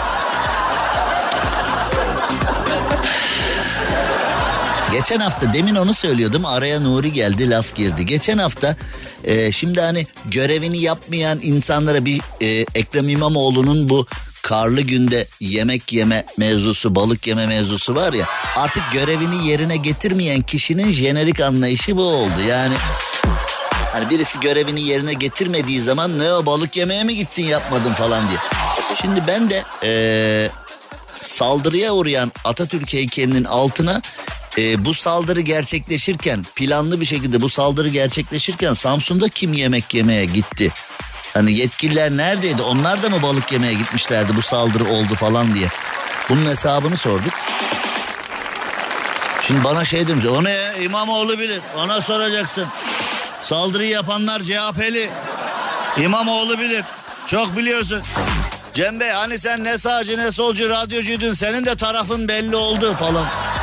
Geçen hafta, demin onu söylüyordum, araya Nuri geldi, laf girdi. Geçen hafta e, şimdi hani görevini yapmayan insanlara bir e, Ekrem İmamoğlu'nun bu karlı günde yemek yeme mevzusu, balık yeme mevzusu var ya, artık görevini yerine getirmeyen kişinin jenerik anlayışı bu oldu. Yani hani birisi görevini yerine getirmediği zaman ne o, balık yemeye mi gittin yapmadın falan diye. Şimdi ben de ee, saldırıya uğrayan Atatürk heykelinin altına e, bu saldırı gerçekleşirken, planlı bir şekilde bu saldırı gerçekleşirken Samsun'da kim yemek yemeye gitti? Hani yetkililer neredeydi? Onlar da mı balık yemeye gitmişlerdi, bu saldırı oldu falan diye. Bunun hesabını sorduk. Şimdi bana şey demiş, o ne ya, İmamoğlu bilir, ona soracaksın. Saldırıyı yapanlar C H P'li. İmamoğlu bilir. Çok biliyorsun. Cem Bey hani sen ne sağcı ne solcu radyocuydun, senin de tarafın belli oldu falan.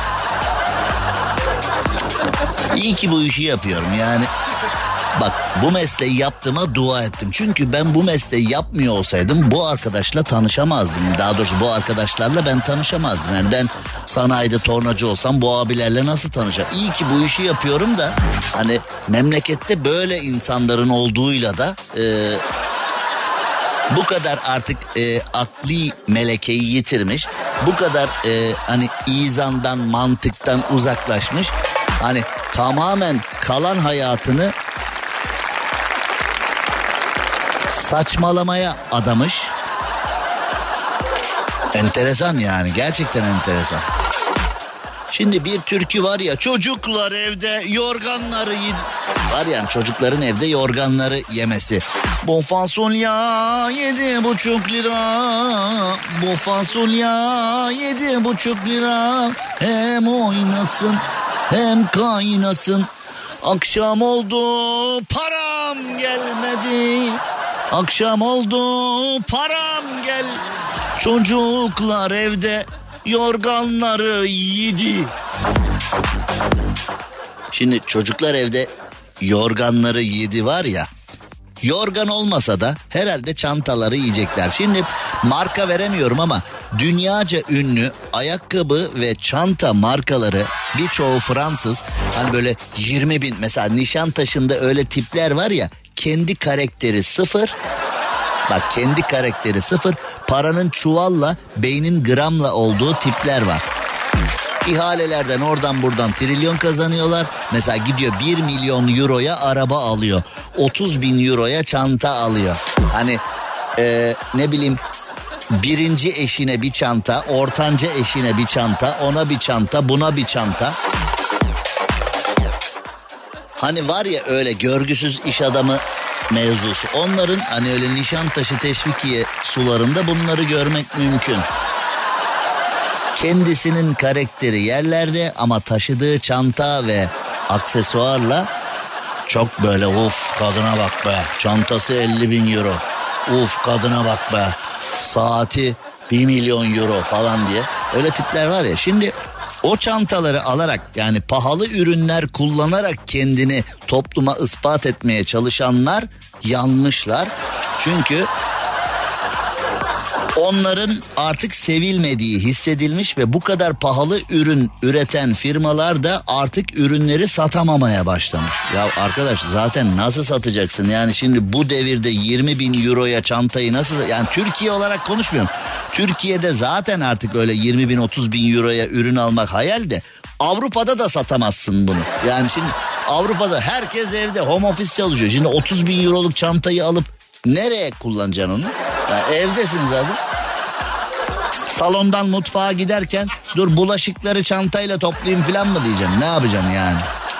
İyi ki bu işi yapıyorum yani. Bak bu mesleği yaptığıma dua ettim. Çünkü ben bu mesleği yapmıyor olsaydım bu arkadaşla tanışamazdım. Daha doğrusu bu arkadaşlarla ben tanışamazdım. Yani ben sanayide tornacı olsam bu abilerle nasıl tanışacağım? İyi ki bu işi yapıyorum da hani memlekette böyle insanların olduğuyla da e, bu kadar artık e, akli melekeyi yitirmiş. Bu kadar e, hani izandan, mantıktan uzaklaşmış. Hani tamamen kalan hayatını saçmalamaya adamış. Enteresan yani, gerçekten enteresan. Şimdi bir türkü var ya, çocuklar evde yorganları yedi. Var yani çocukların evde yorganları yemesi. Bu fasulya yedi buçuk lira. Bu fasulya yedi buçuk lira. Hem oynasın hem kaynasın. Akşam oldu param gelmedi. Akşam oldu param gel. Çocuklar evde yorganları yedi. Şimdi çocuklar evde yorganları yedi var ya. Yorgan olmasa da herhalde çantaları yiyecekler. Şimdi marka veremiyorum ama dünyaca ünlü ayakkabı ve çanta markaları, birçoğu Fransız. Hani böyle yirmi bin, mesela Nişantaşı'nda öyle tipler var ya, kendi karakteri sıfır. Bak kendi karakteri sıfır. Paranın çuvalla, beynin gramla olduğu tipler var. İhalelerden oradan buradan trilyon kazanıyorlar. Mesela gidiyor bir milyon euroya araba alıyor. otuz bin euroya çanta alıyor. Hani ee, ne bileyim, birinci eşine bir çanta, ortanca eşine bir çanta, ona bir çanta, buna bir çanta. Hani var ya öyle görgüsüz iş adamı mevzusu. Onların hani öyle Nişantaşı Teşvikiye sularında bunları görmek mümkün. Kendisinin karakteri yerlerde ama taşıdığı çanta ve aksesuarla çok böyle uf kadına bak be, çantası elli bin euro, uf kadına bak be, saati bir milyon euro falan diye öyle tipler var ya. Şimdi o çantaları alarak, yani pahalı ürünler kullanarak kendini topluma ispat etmeye çalışanlar yanmışlar. Çünkü onların artık sevilmediği hissedilmiş ve bu kadar pahalı ürün üreten firmalar da artık ürünleri satamamaya başlamış. Ya arkadaş zaten nasıl satacaksın? Yani şimdi bu devirde yirmi bin euroya çantayı nasıl... Yani Türkiye olarak konuşmuyorum. Türkiye'de zaten artık öyle yirmi bin otuz bin euroya ürün almak hayal de... Avrupa'da da satamazsın bunu. Yani şimdi Avrupa'da herkes evde home office çalışıyor. Şimdi otuz bin euroluk çantayı alıp nereye kullanacaksın onu? Yani evdesin zaten. Salondan mutfağa giderken dur bulaşıkları çantayla toplayayım falan mı diyeceğim? Ne yapacaksın yani?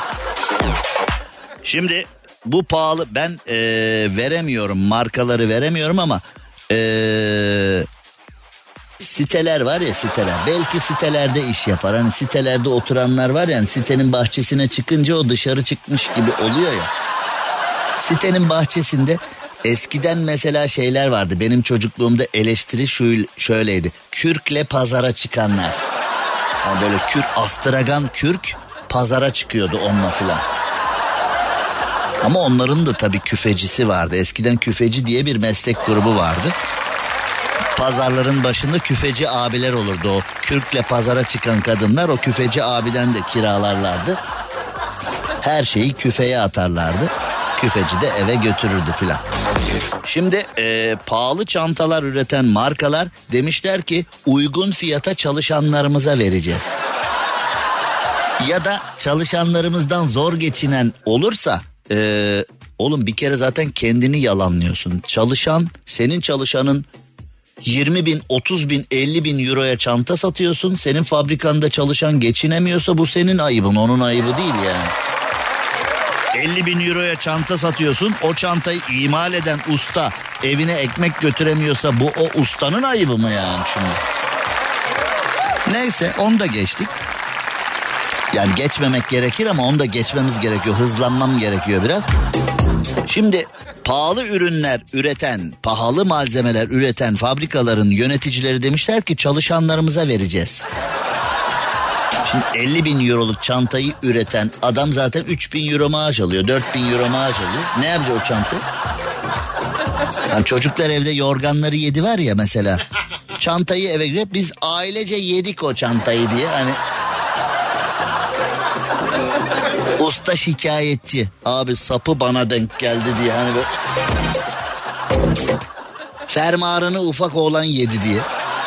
Şimdi bu pahalı, ben ee, veremiyorum, markaları veremiyorum ama ee, siteler var ya, siteler. Belki sitelerde iş yapar. Hani sitelerde oturanlar var ya, yani sitenin bahçesine çıkınca o dışarı çıkmış gibi oluyor ya. Sitenin bahçesinde eskiden mesela şeyler vardı. Benim çocukluğumda eleştiri şu, şöyleydi. Kürkle pazara çıkanlar. Yani böyle kürk, astragan kürk pazara çıkıyordu onunla filan. Ama onların da tabii küfecisi vardı. Eskiden küfeci diye bir meslek grubu vardı. Pazarların başında küfeci abiler olurdu. O kürkle pazara çıkan kadınlar o küfeci abiden de kiralarlardı. Her şeyi küfeye atarlardı. Küfeci de eve götürürdü filan. Şimdi e, pahalı çantalar üreten markalar demişler ki uygun fiyata çalışanlarımıza vereceğiz. Ya da çalışanlarımızdan zor geçinen olursa e, oğlum bir kere zaten kendini yalanlıyorsun. Çalışan, senin çalışanın yirmi bin, otuz bin, elli bin euroya çanta satıyorsun. Senin fabrikanda çalışan geçinemiyorsa bu senin ayıbın, onun ayıbı değil yani. elli bin euroya çanta satıyorsun. O çantayı imal eden usta evine ekmek götüremiyorsa bu o ustanın ayıbı mı yani şimdi? Neyse onu da geçtik. Yani geçmemek gerekir ama onu da geçmemiz gerekiyor. Hızlanmam gerekiyor biraz. Şimdi pahalı ürünler üreten, pahalı malzemeler üreten fabrikaların yöneticileri demişler ki çalışanlarımıza vereceğiz. Şimdi elli bin euroluk çantayı üreten adam zaten üç bin euro maaş alıyor, dört bin euro maaş alıyor. Ne yapacak o çanta? Yani çocuklar evde yorganları yedi var ya mesela. Çantayı eve götürüp biz ailece yedik o çantayı diye hani... Usta şikayetçi. Abi sapı bana denk geldi diye hani böyle. Fermuarını ufak oğlan yedi diye.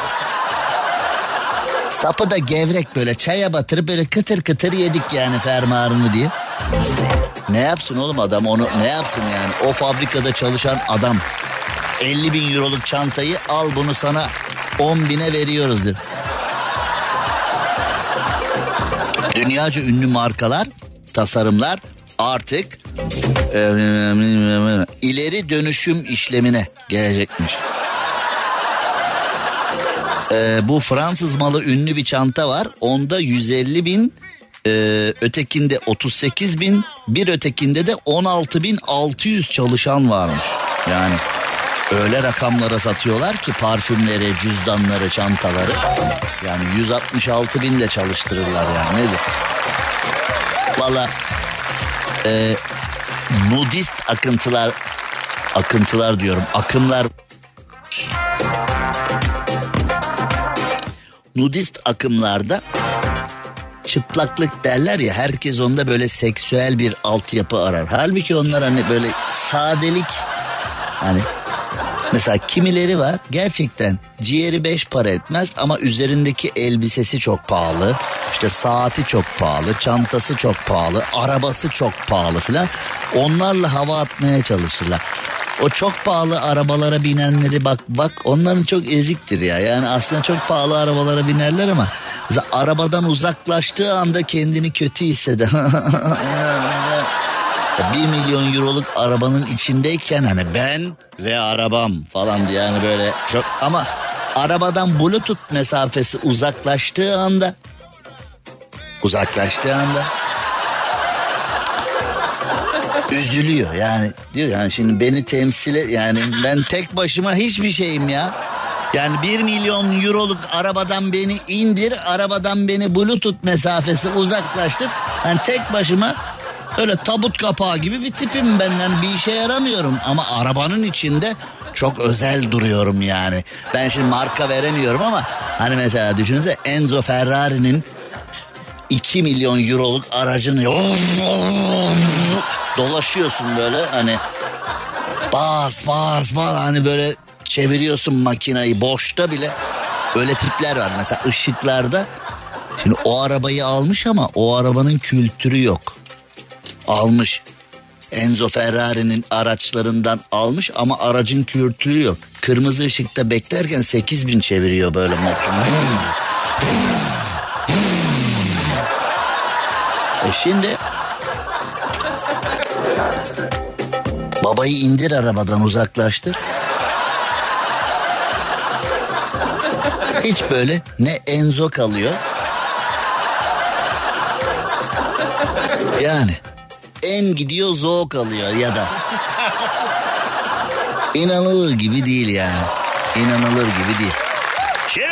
Sapı da gevrek böyle çaya batırıp böyle kıtır kıtır yedik yani fermuarını diye. Ne yapsın oğlum adam onu ne yapsın yani o fabrikada çalışan adam. elli bin euroluk çantayı al bunu sana on bine veriyoruz diyor. Dünyaca ünlü markalar, tasarımlar artık e, ileri dönüşüm işlemine gelecekmiş. E, bu Fransız malı ünlü bir çanta var. Onda yüz elli bin, e, ötekinde otuz sekiz bin, bir ötekinde de on altı bin altı yüz çalışan varmış. Yani öyle rakamlara satıyorlar ki parfümleri, cüzdanları, çantaları. Yani yüz altmış altı bin de çalıştırırlar yani nedir? Valla e, nudist akıntılar, akıntılar diyorum, akımlar, nudist akımlarda çıplaklık derler ya, herkes onda böyle seksüel bir altyapı arar. Halbuki onlar hani böyle sadelik, hani mesela kimileri var gerçekten ciğeri beş para etmez ama üzerindeki elbisesi çok pahalı. İşte saati çok pahalı, çantası çok pahalı, arabası çok pahalı filan. Onlarla hava atmaya çalışırlar. O çok pahalı arabalara binenleri bak bak onların çok eziktir ya. Yani aslında çok pahalı arabalara binerler ama mesela arabadan uzaklaştığı anda kendini kötü hisseder. Bir milyon euroluk arabanın içindeyken hani ben ve arabam falan diye yani böyle çok, ama arabadan bluetooth mesafesi uzaklaştığı anda uzaklaştığı anda üzülüyor yani, diyor yani şimdi beni temsil et, yani ben tek başıma hiçbir şeyim ya. Yani bir milyon euroluk arabadan beni indir, arabadan beni bluetooth mesafesi uzaklaştır. Yani tek başıma öyle tabut kapağı gibi bir tipim ben, yani bir işe yaramıyorum ama arabanın içinde çok özel duruyorum yani. Ben şimdi marka veremiyorum ama hani mesela düşünsene Enzo Ferrari'nin iki milyon euroluk aracını dolaşıyorsun böyle hani bas bas bas hani böyle çeviriyorsun makinayı boşta bile, öyle tipler var mesela ışıklarda. Şimdi o arabayı almış ama o arabanın kültürü yok. Almış Enzo Ferrari'nin araçlarından almış ama aracın kültürü yok. Kırmızı ışıkta beklerken sekiz bin çeviriyor böyle motor. E şimdi babayı indir arabadan uzaklaştır. Hiç böyle ne Enzo kalıyor. Yani en gidiyor Zo kalıyor ya da. İnanılır gibi değil yani. İnanılır gibi değil. Şimdi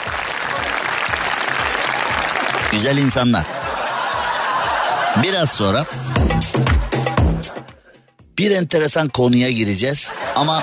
güzel insanlar. Biraz sonra bir enteresan konuya gireceğiz ama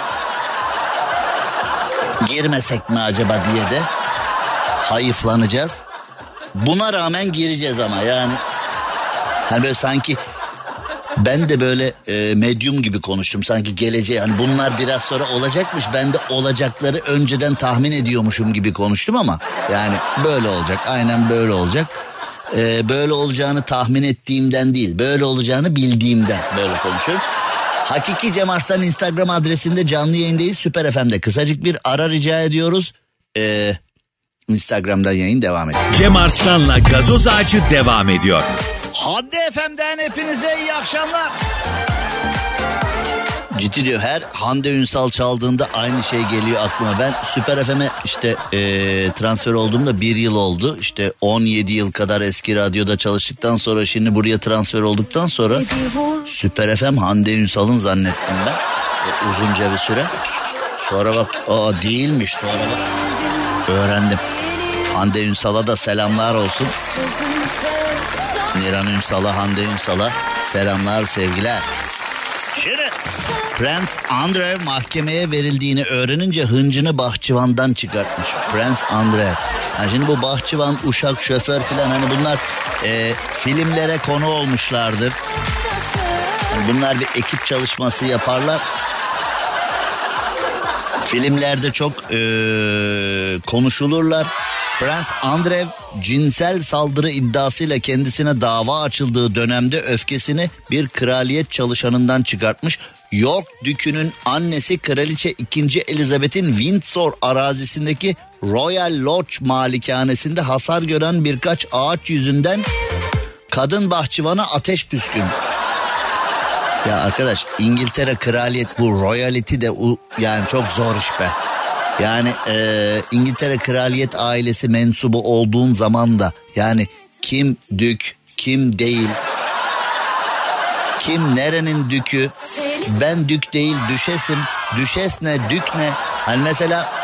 girmesek mi acaba diye de hayıflanacağız. Buna rağmen gireceğiz ama yani hani böyle sanki ben de böyle e, medyum gibi konuştum sanki geleceği, hani bunlar biraz sonra olacakmış, ben de olacakları önceden tahmin ediyormuşum gibi konuştum ama yani böyle olacak, aynen böyle olacak. Ee, böyle olacağını tahmin ettiğimden değil, böyle olacağını bildiğimden böyle konuşuyorum. Hakiki Cem Arslan Instagram adresinde canlı yayındayız. Süper F M'de kısacık bir ara rica ediyoruz. Ee, Instagram'dan yayın devam ediyor. Cem Arslan'la Gazoz Ağacı devam ediyor. Hadi F M'den hepinize iyi akşamlar. Ciddi diyor, her Hande Ünsal çaldığında aynı şey geliyor aklıma. Ben Süper F M'e işte e, transfer olduğumda bir yıl oldu. İşte on yedi yıl kadar eski radyoda çalıştıktan sonra şimdi buraya transfer olduktan sonra Süper F M Hande Ünsal'ın zannettim ben. E, uzunca bir süre. Sonra bak aa değilmiş, sonra bak öğrendim. Hande Ünsal'a da selamlar olsun. Niran Ünsal'a, Hande Ünsal'a selamlar, sevgiler. Şimdi Prens Andrew mahkemeye verildiğini öğrenince hıncını bahçıvandan çıkartmış. Prens Andrew. Yani şimdi bu bahçıvan, uşak, şoför falan, hani bunlar e, filmlere konu olmuşlardır. Yani bunlar bir ekip çalışması yaparlar. Filmlerde çok e, konuşulurlar. Prens Andrew cinsel saldırı iddiasıyla kendisine dava açıldığı dönemde öfkesini bir kraliyet çalışanından çıkartmış. York Dükü'nün annesi Kraliçe ikinci. Elizabeth'in Windsor arazisindeki Royal Lodge malikanesinde hasar gören birkaç ağaç yüzünden kadın bahçıvana ateş püskün. Ya arkadaş, İngiltere kraliyet, bu royalty de yani çok zor iş be. Yani e, İngiltere kraliyet ailesi mensubu olduğun zaman da yani kim dük, kim değil, kim nerenin dükü, ben dük değil düşesim, düşes ne, dük ne. Hani mesela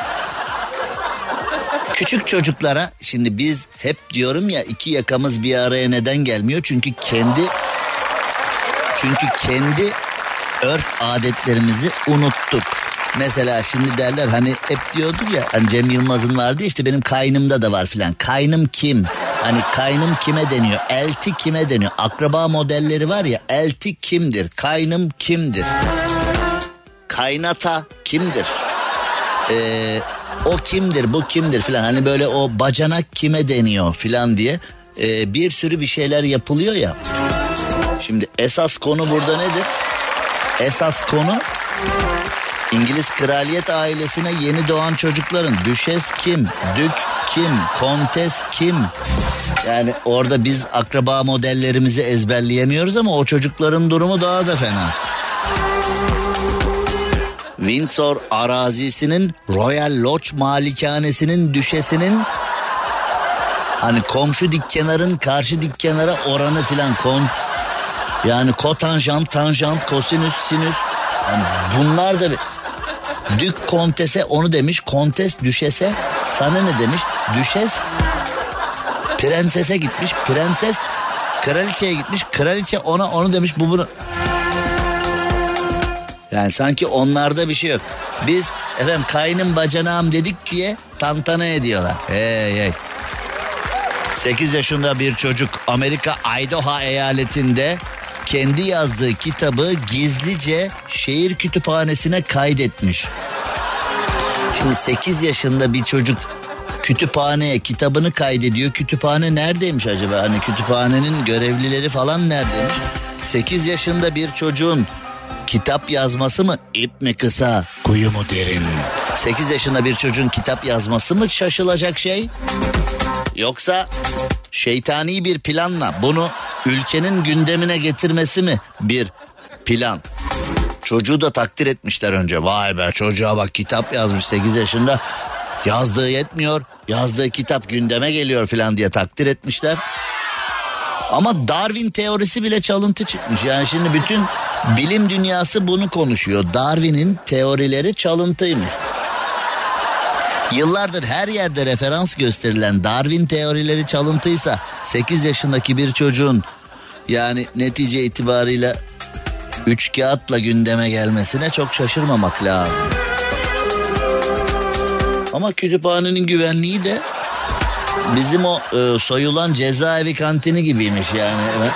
küçük çocuklara, şimdi biz hep diyorum ya, iki yakamız bir araya neden gelmiyor? Çünkü kendi çünkü kendi örf adetlerimizi unuttuk. Mesela şimdi derler, hani hep diyorduk ya, hani Cem Yılmaz'ın vardı işte, benim kaynımda da var filan. Kaynım kim? Hani kaynım kime deniyor? Elti kime deniyor? Akraba modelleri var ya, elti kimdir? Kaynım kimdir? Kaynata kimdir? Ee, o kimdir, bu kimdir filan. Hani böyle o bacanak kime deniyor filan diye ee, bir sürü bir şeyler yapılıyor ya. Şimdi esas konu burada nedir? Esas konu İngiliz kraliyet ailesine yeni doğan çocukların düşes kim, dük kim, kontes kim? Yani orada biz akraba modellerimizi ezberleyemiyoruz ama o çocukların durumu daha da fena. Windsor arazisinin Royal Lodge malikanesinin düşesinin hani komşu dükkanların karşı dükkanlara oranı filan, kon yani kotanjant, tanjant, kosinüs, sinüs. Yani bunlar da bir... Dük kontese onu demiş, kontes düşese sana ne demiş? Düşes prensese gitmiş, prenses kraliçeye gitmiş, kraliçe ona onu demiş, bu bunu. Yani sanki onlarda bir şey yok. Biz efendim kaynım bacanağım dedik diye tantana ediyorlar. Hey hey. sekiz yaşında bir çocuk Amerika Idaho eyaletinde kendi yazdığı kitabı gizlice şehir kütüphanesine kaydetmiş. Şimdi sekiz yaşında bir çocuk kütüphaneye kitabını kaydediyor. Kütüphane neredeymiş acaba? Hani kütüphanenin görevlileri falan neredeymiş? sekiz yaşında bir çocuğun kitap yazması mı ip mi kısa, kuyu mu derin? sekiz yaşında bir çocuğun kitap yazması mı şaşılacak şey? Yoksa şeytani bir planla bunu ülkenin gündemine getirmesi mi bir plan? Çocuğu da takdir etmişler önce. Vay be, çocuğa bak, kitap yazmış sekiz yaşında. Yazdığı yetmiyor, yazdığı kitap gündeme geliyor falan diye takdir etmişler. Ama Darwin teorisi bile çalıntı çıkmış. Yani şimdi bütün bilim dünyası bunu konuşuyor. Darwin'in teorileri çalıntıymış. Yıllardır her yerde referans gösterilen Darwin teorileri çalıntıysa sekiz yaşındaki bir çocuğun yani netice itibarıyla üç kağıtla gündeme gelmesine çok şaşırmamak lazım. Ama kütüphanenin güvenliği de bizim o e, soyulan cezaevi kantini gibiymiş yani. Evet.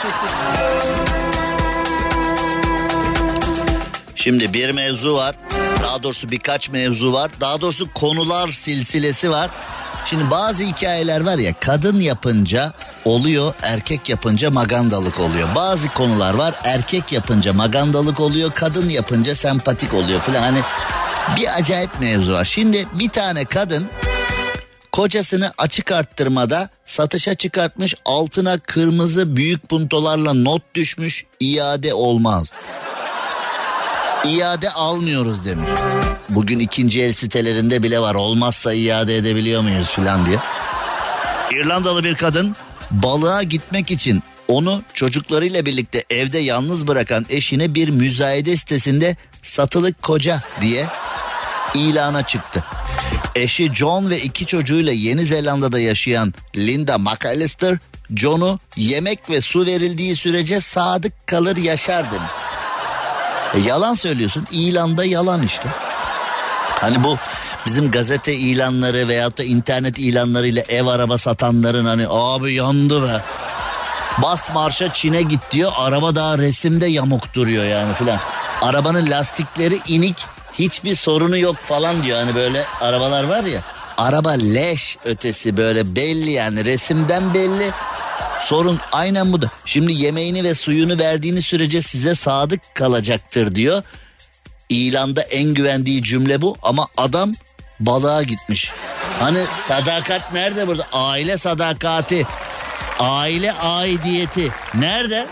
Şimdi bir mevzu var. Daha doğrusu birkaç mevzu var. Daha doğrusu konular silsilesi var. Şimdi bazı hikayeler var ya, kadın yapınca oluyor, erkek yapınca magandalık oluyor. Bazı konular var, erkek yapınca magandalık oluyor, kadın yapınca sempatik oluyor falan. Hani bir acayip mevzu var. Şimdi bir tane kadın kocasını açık arttırmada satışa çıkartmış, altına kırmızı büyük puntolarla not düşmüş, iade olmaz. İade almıyoruz demiş. Bugün ikinci el sitelerinde bile var. Olmazsa iade edebiliyor muyuz filan diye. İrlandalı bir kadın balığa gitmek için onu çocuklarıyla birlikte evde yalnız bırakan eşine bir müzayede sitesinde satılık koca diye ilana çıktı. Eşi John ve iki çocuğuyla Yeni Zelanda'da yaşayan Linda McAllister, John'u yemek ve su verildiği sürece sadık kalır yaşar demiş. E yalan söylüyorsun, ilanda yalan işte. Hani bu bizim gazete ilanları veyahut da internet ilanlarıyla ev araba satanların hani abi yandı be. Bas marşa Çin'e git diyor, araba daha resimde yamuk duruyor yani filan. Arabanın lastikleri inik, hiçbir sorunu yok falan diyor. Hani böyle arabalar var ya, araba leş ötesi böyle belli yani, resimden belli. Sorun aynen bu da. Şimdi yemeğini ve suyunu verdiğiniz sürece size sadık kalacaktır diyor. İlanda en güvendiği cümle bu ama adam balığa gitmiş. Hani sadakat nerede burada? Aile sadakati, aile aidiyeti nerede?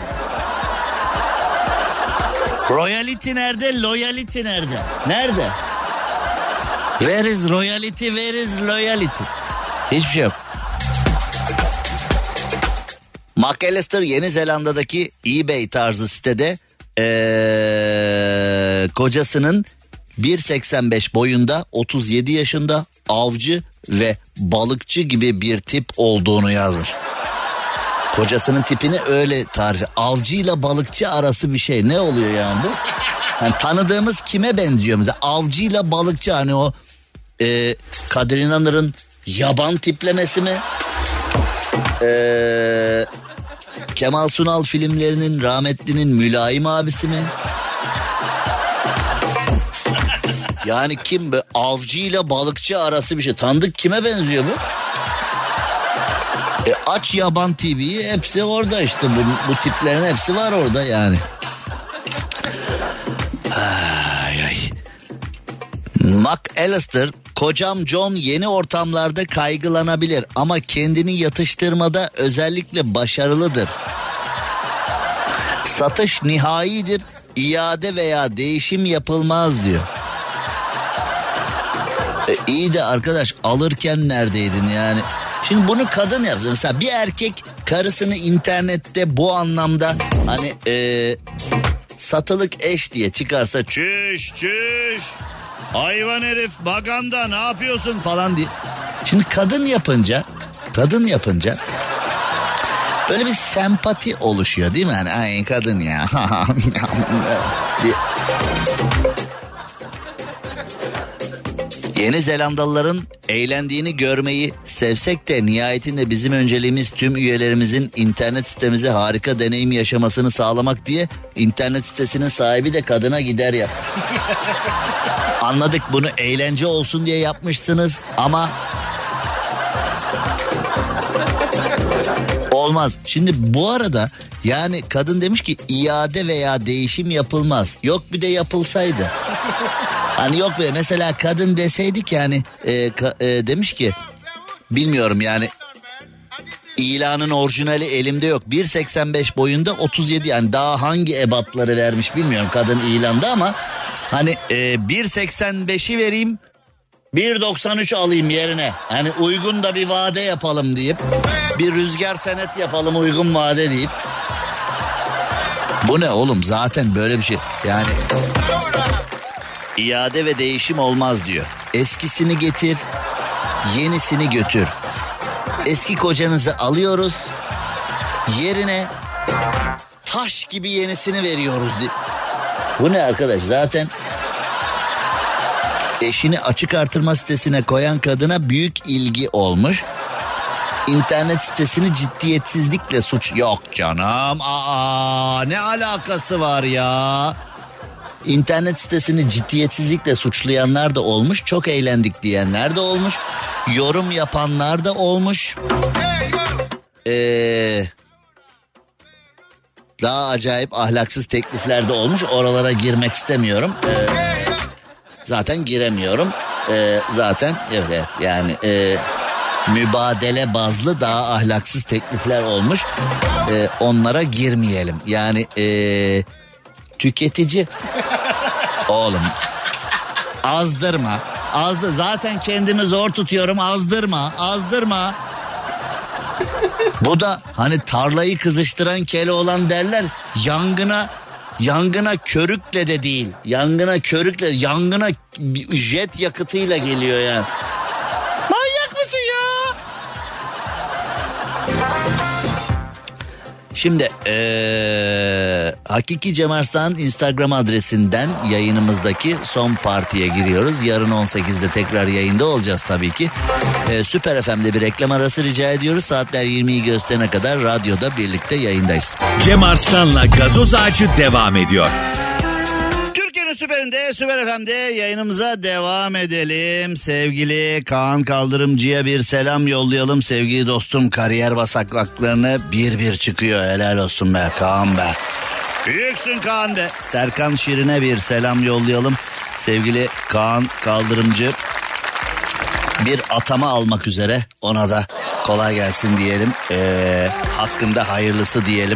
Royalty nerede? Loyalty nerede? Nerede? Where is royalty? Where is loyalty? Hiçbir şey yok. McAllister Yeni Zelanda'daki eBay tarzı sitede ee, kocasının bir seksen beş boyunda, otuz yedi yaşında, avcı ve balıkçı gibi bir tip olduğunu yazmış. Kocasının tipini öyle tarif. Avcıyla balıkçı arası bir şey. Ne oluyor yani bu? Yani tanıdığımız kime benziyor mesela? Avcıyla balıkçı, hani o e, Kadir İnanır'ın yaban tiplemesi mi? Eee... Kemal Sunal filmlerinin rahmetlinin mülayim abisi mi? Yani kim be? Avcıyla balıkçı arası bir şey. Tanıdık kime benziyor bu? E aç Yaban T V'yi, hepsi orada işte. Bu, bu tiplerin hepsi var orada yani. Ay ay. McAllister, kocam John yeni ortamlarda kaygılanabilir ama kendini yatıştırmada özellikle başarılıdır. Satış nihaidir, iade veya değişim yapılmaz diyor. E, iyi de arkadaş, alırken neredeydin yani? Şimdi bunu kadın yapıyor. Mesela bir erkek karısını internette bu anlamda hani e, satılık eş diye çıkarsa, çüş çüş, hayvan herif, baganda ne yapıyorsun falan diye. Şimdi kadın yapınca, kadın yapınca böyle bir sempati oluşuyor değil mi? Hani ay kadın ya. Yeni Zelandalıların eğlendiğini görmeyi sevsek de nihayetinde bizim önceliğimiz tüm üyelerimizin internet sitemize harika deneyim yaşamasını sağlamak diye internet sitesinin sahibi de kadına gider ya. Anladık, bunu eğlence olsun diye yapmışsınız ama olmaz. Şimdi bu arada yani kadın demiş ki iade veya değişim yapılmaz. Yok bir de yapılsaydı. Hani yok be, mesela kadın deseydik yani e, ka, e, demiş ki bilmiyorum yani, ilanın orijinali elimde yok. bir seksen beş boyunda, otuz yedi, yani daha hangi ebatları vermiş bilmiyorum kadın ilanda ama hani e, bir seksen beşi vereyim, bir doksan üç alayım yerine. Hani uygun da bir vade yapalım deyip, bir rüzgar senet yapalım uygun vade deyip. Bu ne oğlum, zaten böyle bir şey yani. İade ve değişim olmaz diyor. Eskisini getir, yenisini götür. Eski kocanızı alıyoruz, yerine taş gibi yenisini veriyoruz diye. Bu ne arkadaş, zaten eşini açık artırma sitesine koyan kadına büyük ilgi olmuş. İnternet sitesini ciddiyetsizlikle suç... Yok canım, aa ne alakası var ya? İnternet sitesini ciddiyetsizlikle suçlayanlar da olmuş, çok eğlendik diyenler de olmuş, yorum yapanlar da olmuş. Ee, daha acayip ahlaksız teklifler de olmuş. Oralara girmek istemiyorum. Ee, zaten giremiyorum. Ee, zaten evet yani e, mübadele bazlı daha ahlaksız teklifler olmuş. Ee, onlara girmeyelim. Yani e, tüketici Oğlum azdırma. Azdı zaten kendimi zor tutuyorum. Azdırma, azdırma. Bu da hani tarlayı kızıştıran Keloğlan derler. Yangına yangına körükle de değil. Yangına körükle, yangına jet yakıtıyla geliyor yani. Manyak mısın ya? Şimdi ee, Hakiki Cem Arslan Instagram adresinden yayınımızdaki son partiye giriyoruz. Yarın on sekizde tekrar yayında olacağız tabii ki. Ee, Süper F M'de bir reklam arası rica ediyoruz. Saatler yirmiyi gösterene kadar radyoda birlikte yayındayız. Cem Arslan'la Gazoz Ağacı devam ediyor. Türkiye'nin süperinde, Süper F M'de yayınımıza devam edelim. Sevgili Kaan Kaldırımcı'ya bir selam yollayalım. Sevgili dostum, kariyer basamaklarını bir bir çıkıyor. Helal olsun be Kaan be. Büyüksün Kaan be. Serkan Şirin'e bir selam yollayalım. Sevgili Kaan Kaldırımcı bir atama almak üzere. Ona da kolay gelsin diyelim. Ee, hakkında hayırlısı diyelim.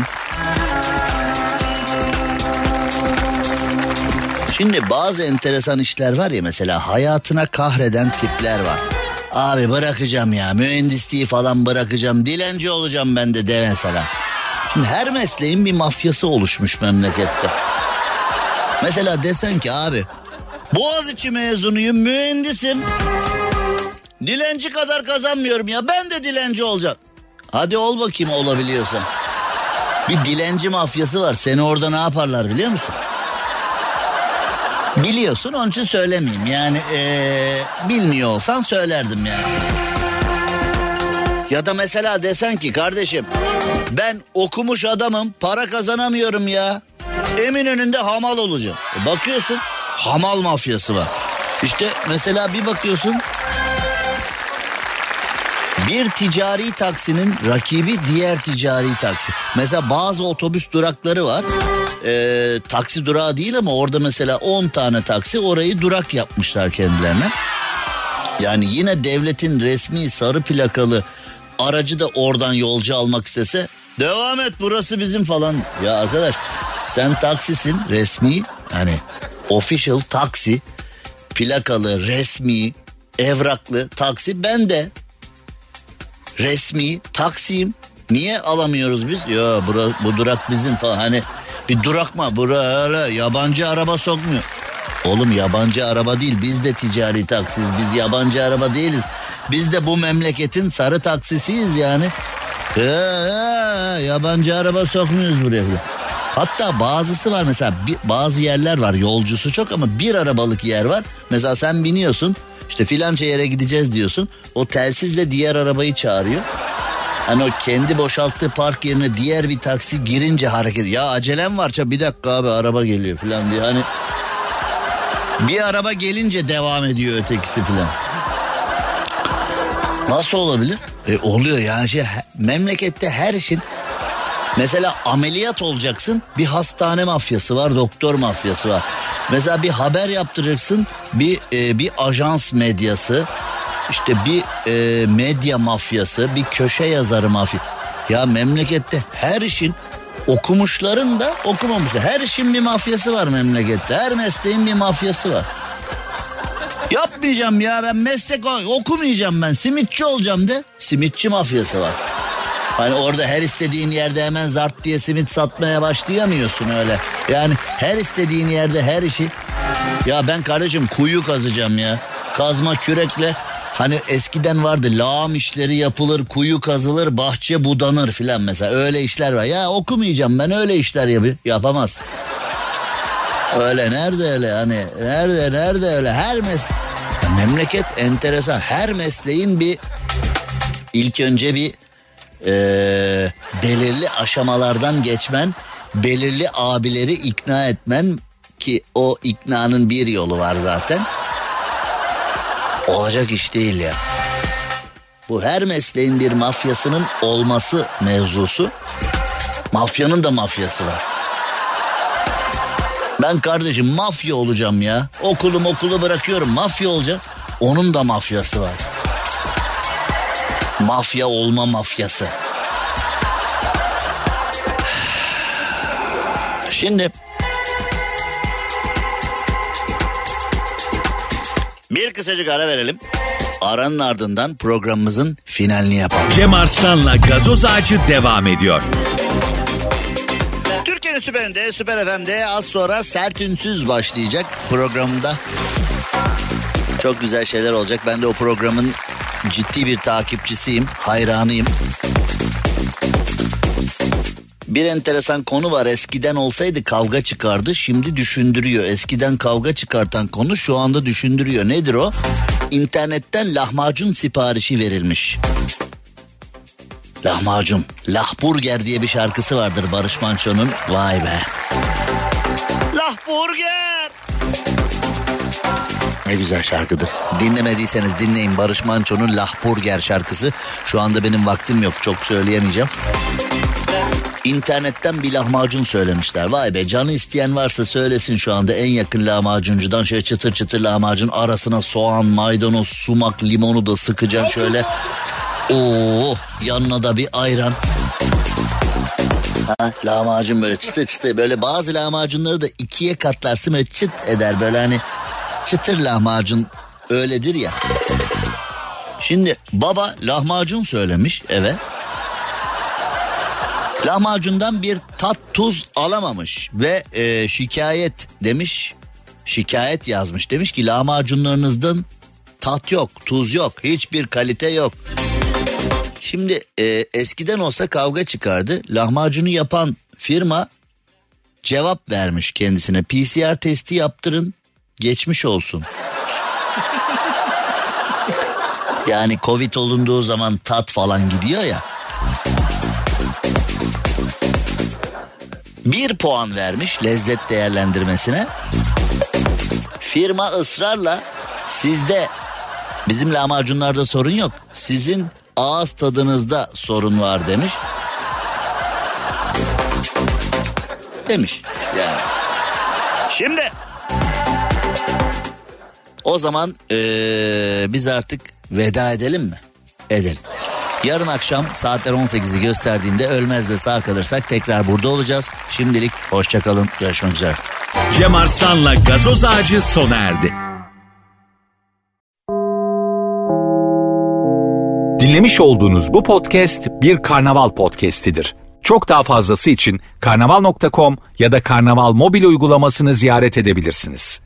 Şimdi bazı enteresan işler var ya, mesela hayatına kahreden tipler var. Abi bırakacağım ya, mühendisliği falan bırakacağım, dilenci olacağım ben de de mesela. Şimdi her mesleğin bir mafyası oluşmuş memlekette. Mesela desen ki abi Boğaziçi mezunuyum, mühendisim. Dilenci kadar kazanmıyorum ya, ben de dilenci olacağım. Hadi ol bakayım olabiliyorsan. Bir dilenci mafyası var, seni orada ne yaparlar biliyor musun? Biliyorsun, onun için söylemeyeyim. Yani ee, bilmiyor olsan söylerdim yani. Ya da mesela desen ki kardeşim ben okumuş adamım, para kazanamıyorum ya. Eminönü'nde hamal olacağım. E bakıyorsun hamal mafyası var. İşte mesela bir bakıyorsun bir ticari taksinin rakibi diğer ticari taksi. Mesela bazı otobüs durakları var. Ee, taksi durağı değil ama orada mesela on tane taksi, orayı durak yapmışlar kendilerine. Yani yine devletin resmi sarı plakalı aracı da oradan yolcu almak istese devam et burası bizim falan. Ya arkadaş sen taksisin, resmi hani official taksi, plakalı resmi evraklı taksi, ben de resmi taksiyim. Niye alamıyoruz biz? Ya bura, bu durak bizim falan. Hani bir durak mı? Buraya yabancı araba sokmuyor. Oğlum yabancı araba değil. Biz de ticari taksiyiz. Biz yabancı araba değiliz. Biz de bu memleketin sarı taksisiyiz yani. Ee, ee, yabancı araba sokmuyoruz buraya. Hatta bazısı var mesela, bir, bazı yerler var yolcusu çok ama bir arabalık yer var. Mesela sen biniyorsun, işte filanca yere gideceğiz diyorsun. O telsizle diğer arabayı çağırıyor. Hani o kendi boşalttığı park yerine diğer bir taksi girince hareket. Ya acelem var, bir dakika abi araba geliyor falan diye. Hani bir araba gelince devam ediyor ötekisi falan. Nasıl olabilir? E oluyor yani şey, memlekette her işin. Mesela ameliyat olacaksın, bir hastane mafyası var, doktor mafyası var. Mesela bir haber yaptıracaksın, bir e, bir ajans medyası, işte bir e, medya mafyası, bir köşe yazarı mafya. Ya memlekette her işin, okumuşların da okumamışlar, her işin bir mafyası var memlekette. Her mesleğin bir mafyası var. Yapmayacağım ya ben meslek okumayacağım, ben simitçi olacağım de, simitçi mafyası var. Hani orada her istediğin yerde hemen zart diye simit satmaya başlayamıyorsun öyle. Yani her istediğin yerde her işi. Ya ben kardeşim kuyu kazacağım ya. Kazma kürekle, hani eskiden vardı lağım işleri yapılır, kuyu kazılır, bahçe budanır filan mesela. Öyle işler var. Ya okumayacağım ben, öyle işler yap- yapamaz. Öyle nerede öyle hani nerede nerede öyle her meslek. Memleket enteresan, her mesleğin bir ilk önce bir Ee, belirli aşamalardan geçmen, belirli abileri ikna etmen, ki o iknanın bir yolu var zaten. Olacak iş değil ya. Bu her mesleğin bir mafyasının olması mevzusu. Mafyanın da mafyası var. Ben kardeşim mafya olacağım ya. Okulum okulu bırakıyorum, mafya olacağım. Onun da mafyası var. Mafya olma mafyası. Şimdi Bir kısacık ara verelim. Aranın ardından programımızın finalini yapalım. Cem Arslan'la Gazoz Ağacı devam ediyor. Türkiye'nin süperinde, Süper F M'de az sonra Sert Ünsüz başlayacak programda. Çok güzel şeyler olacak. Ben de o programın ciddi bir takipçisiyim, hayranıyım. Bir enteresan konu var. Eskiden olsaydı kavga çıkardı, şimdi düşündürüyor. Eskiden kavga çıkartan konu şu anda düşündürüyor. Nedir o? İnternetten lahmacun siparişi verilmiş. Lahmacun, Lahburger diye bir şarkısı vardır Barış Manço'nun. Vay be. Lahburger. Ne güzel şarkıdır. Dinlemediyseniz dinleyin, Barış Manço'nun Lahburger şarkısı. Şu anda benim vaktim yok, çok söyleyemeyeceğim. İnternetten bir lahmacun söylemişler. Vay be, canı isteyen varsa söylesin şu anda en yakın lahmacuncudan. Şöyle çıtır çıtır lahmacun, arasına soğan, maydanoz, sumak, limonu da sıkacaksın şöyle. Oo, yanına da bir ayran. Ha, lahmacun böyle çıtır çıtır, böyle bazı lahmacunları da ikiye katlarsın, böyle çıt eder, böyle hani çıtır lahmacun öyledir ya. Şimdi baba lahmacun söylemiş eve. Lahmacundan bir tat tuz alamamış ve e, şikayet demiş, şikayet yazmış. Demiş ki lahmacunlarınızdan tat yok, tuz yok, hiçbir kalite yok. Şimdi e, eskiden olsa kavga çıkardı. Lahmacunu yapan firma cevap vermiş kendisine. P C R testi yaptırın, geçmiş olsun. Yani Covid olunduğu zaman tat falan gidiyor ya. Bir puan vermiş lezzet değerlendirmesine. Firma ısrarla sizde, bizim lahmacunlarda sorun yok, sizin ağız tadınızda sorun var demiş. Demiş yani. Şimdi o zaman ee, biz artık veda edelim mi? Edelim. Yarın akşam saatler on sekizi gösterdiğinde ölmez de sağ kalırsak tekrar burada olacağız. Şimdilik hoşçakalın, görüşmek üzere. Cem Arslan'la Gazoz Ağacı sona erdi. Dinlemiş olduğunuz bu podcast bir karnaval podcastidir. Çok daha fazlası için karnaval nokta com ya da karnaval mobil uygulamasını ziyaret edebilirsiniz.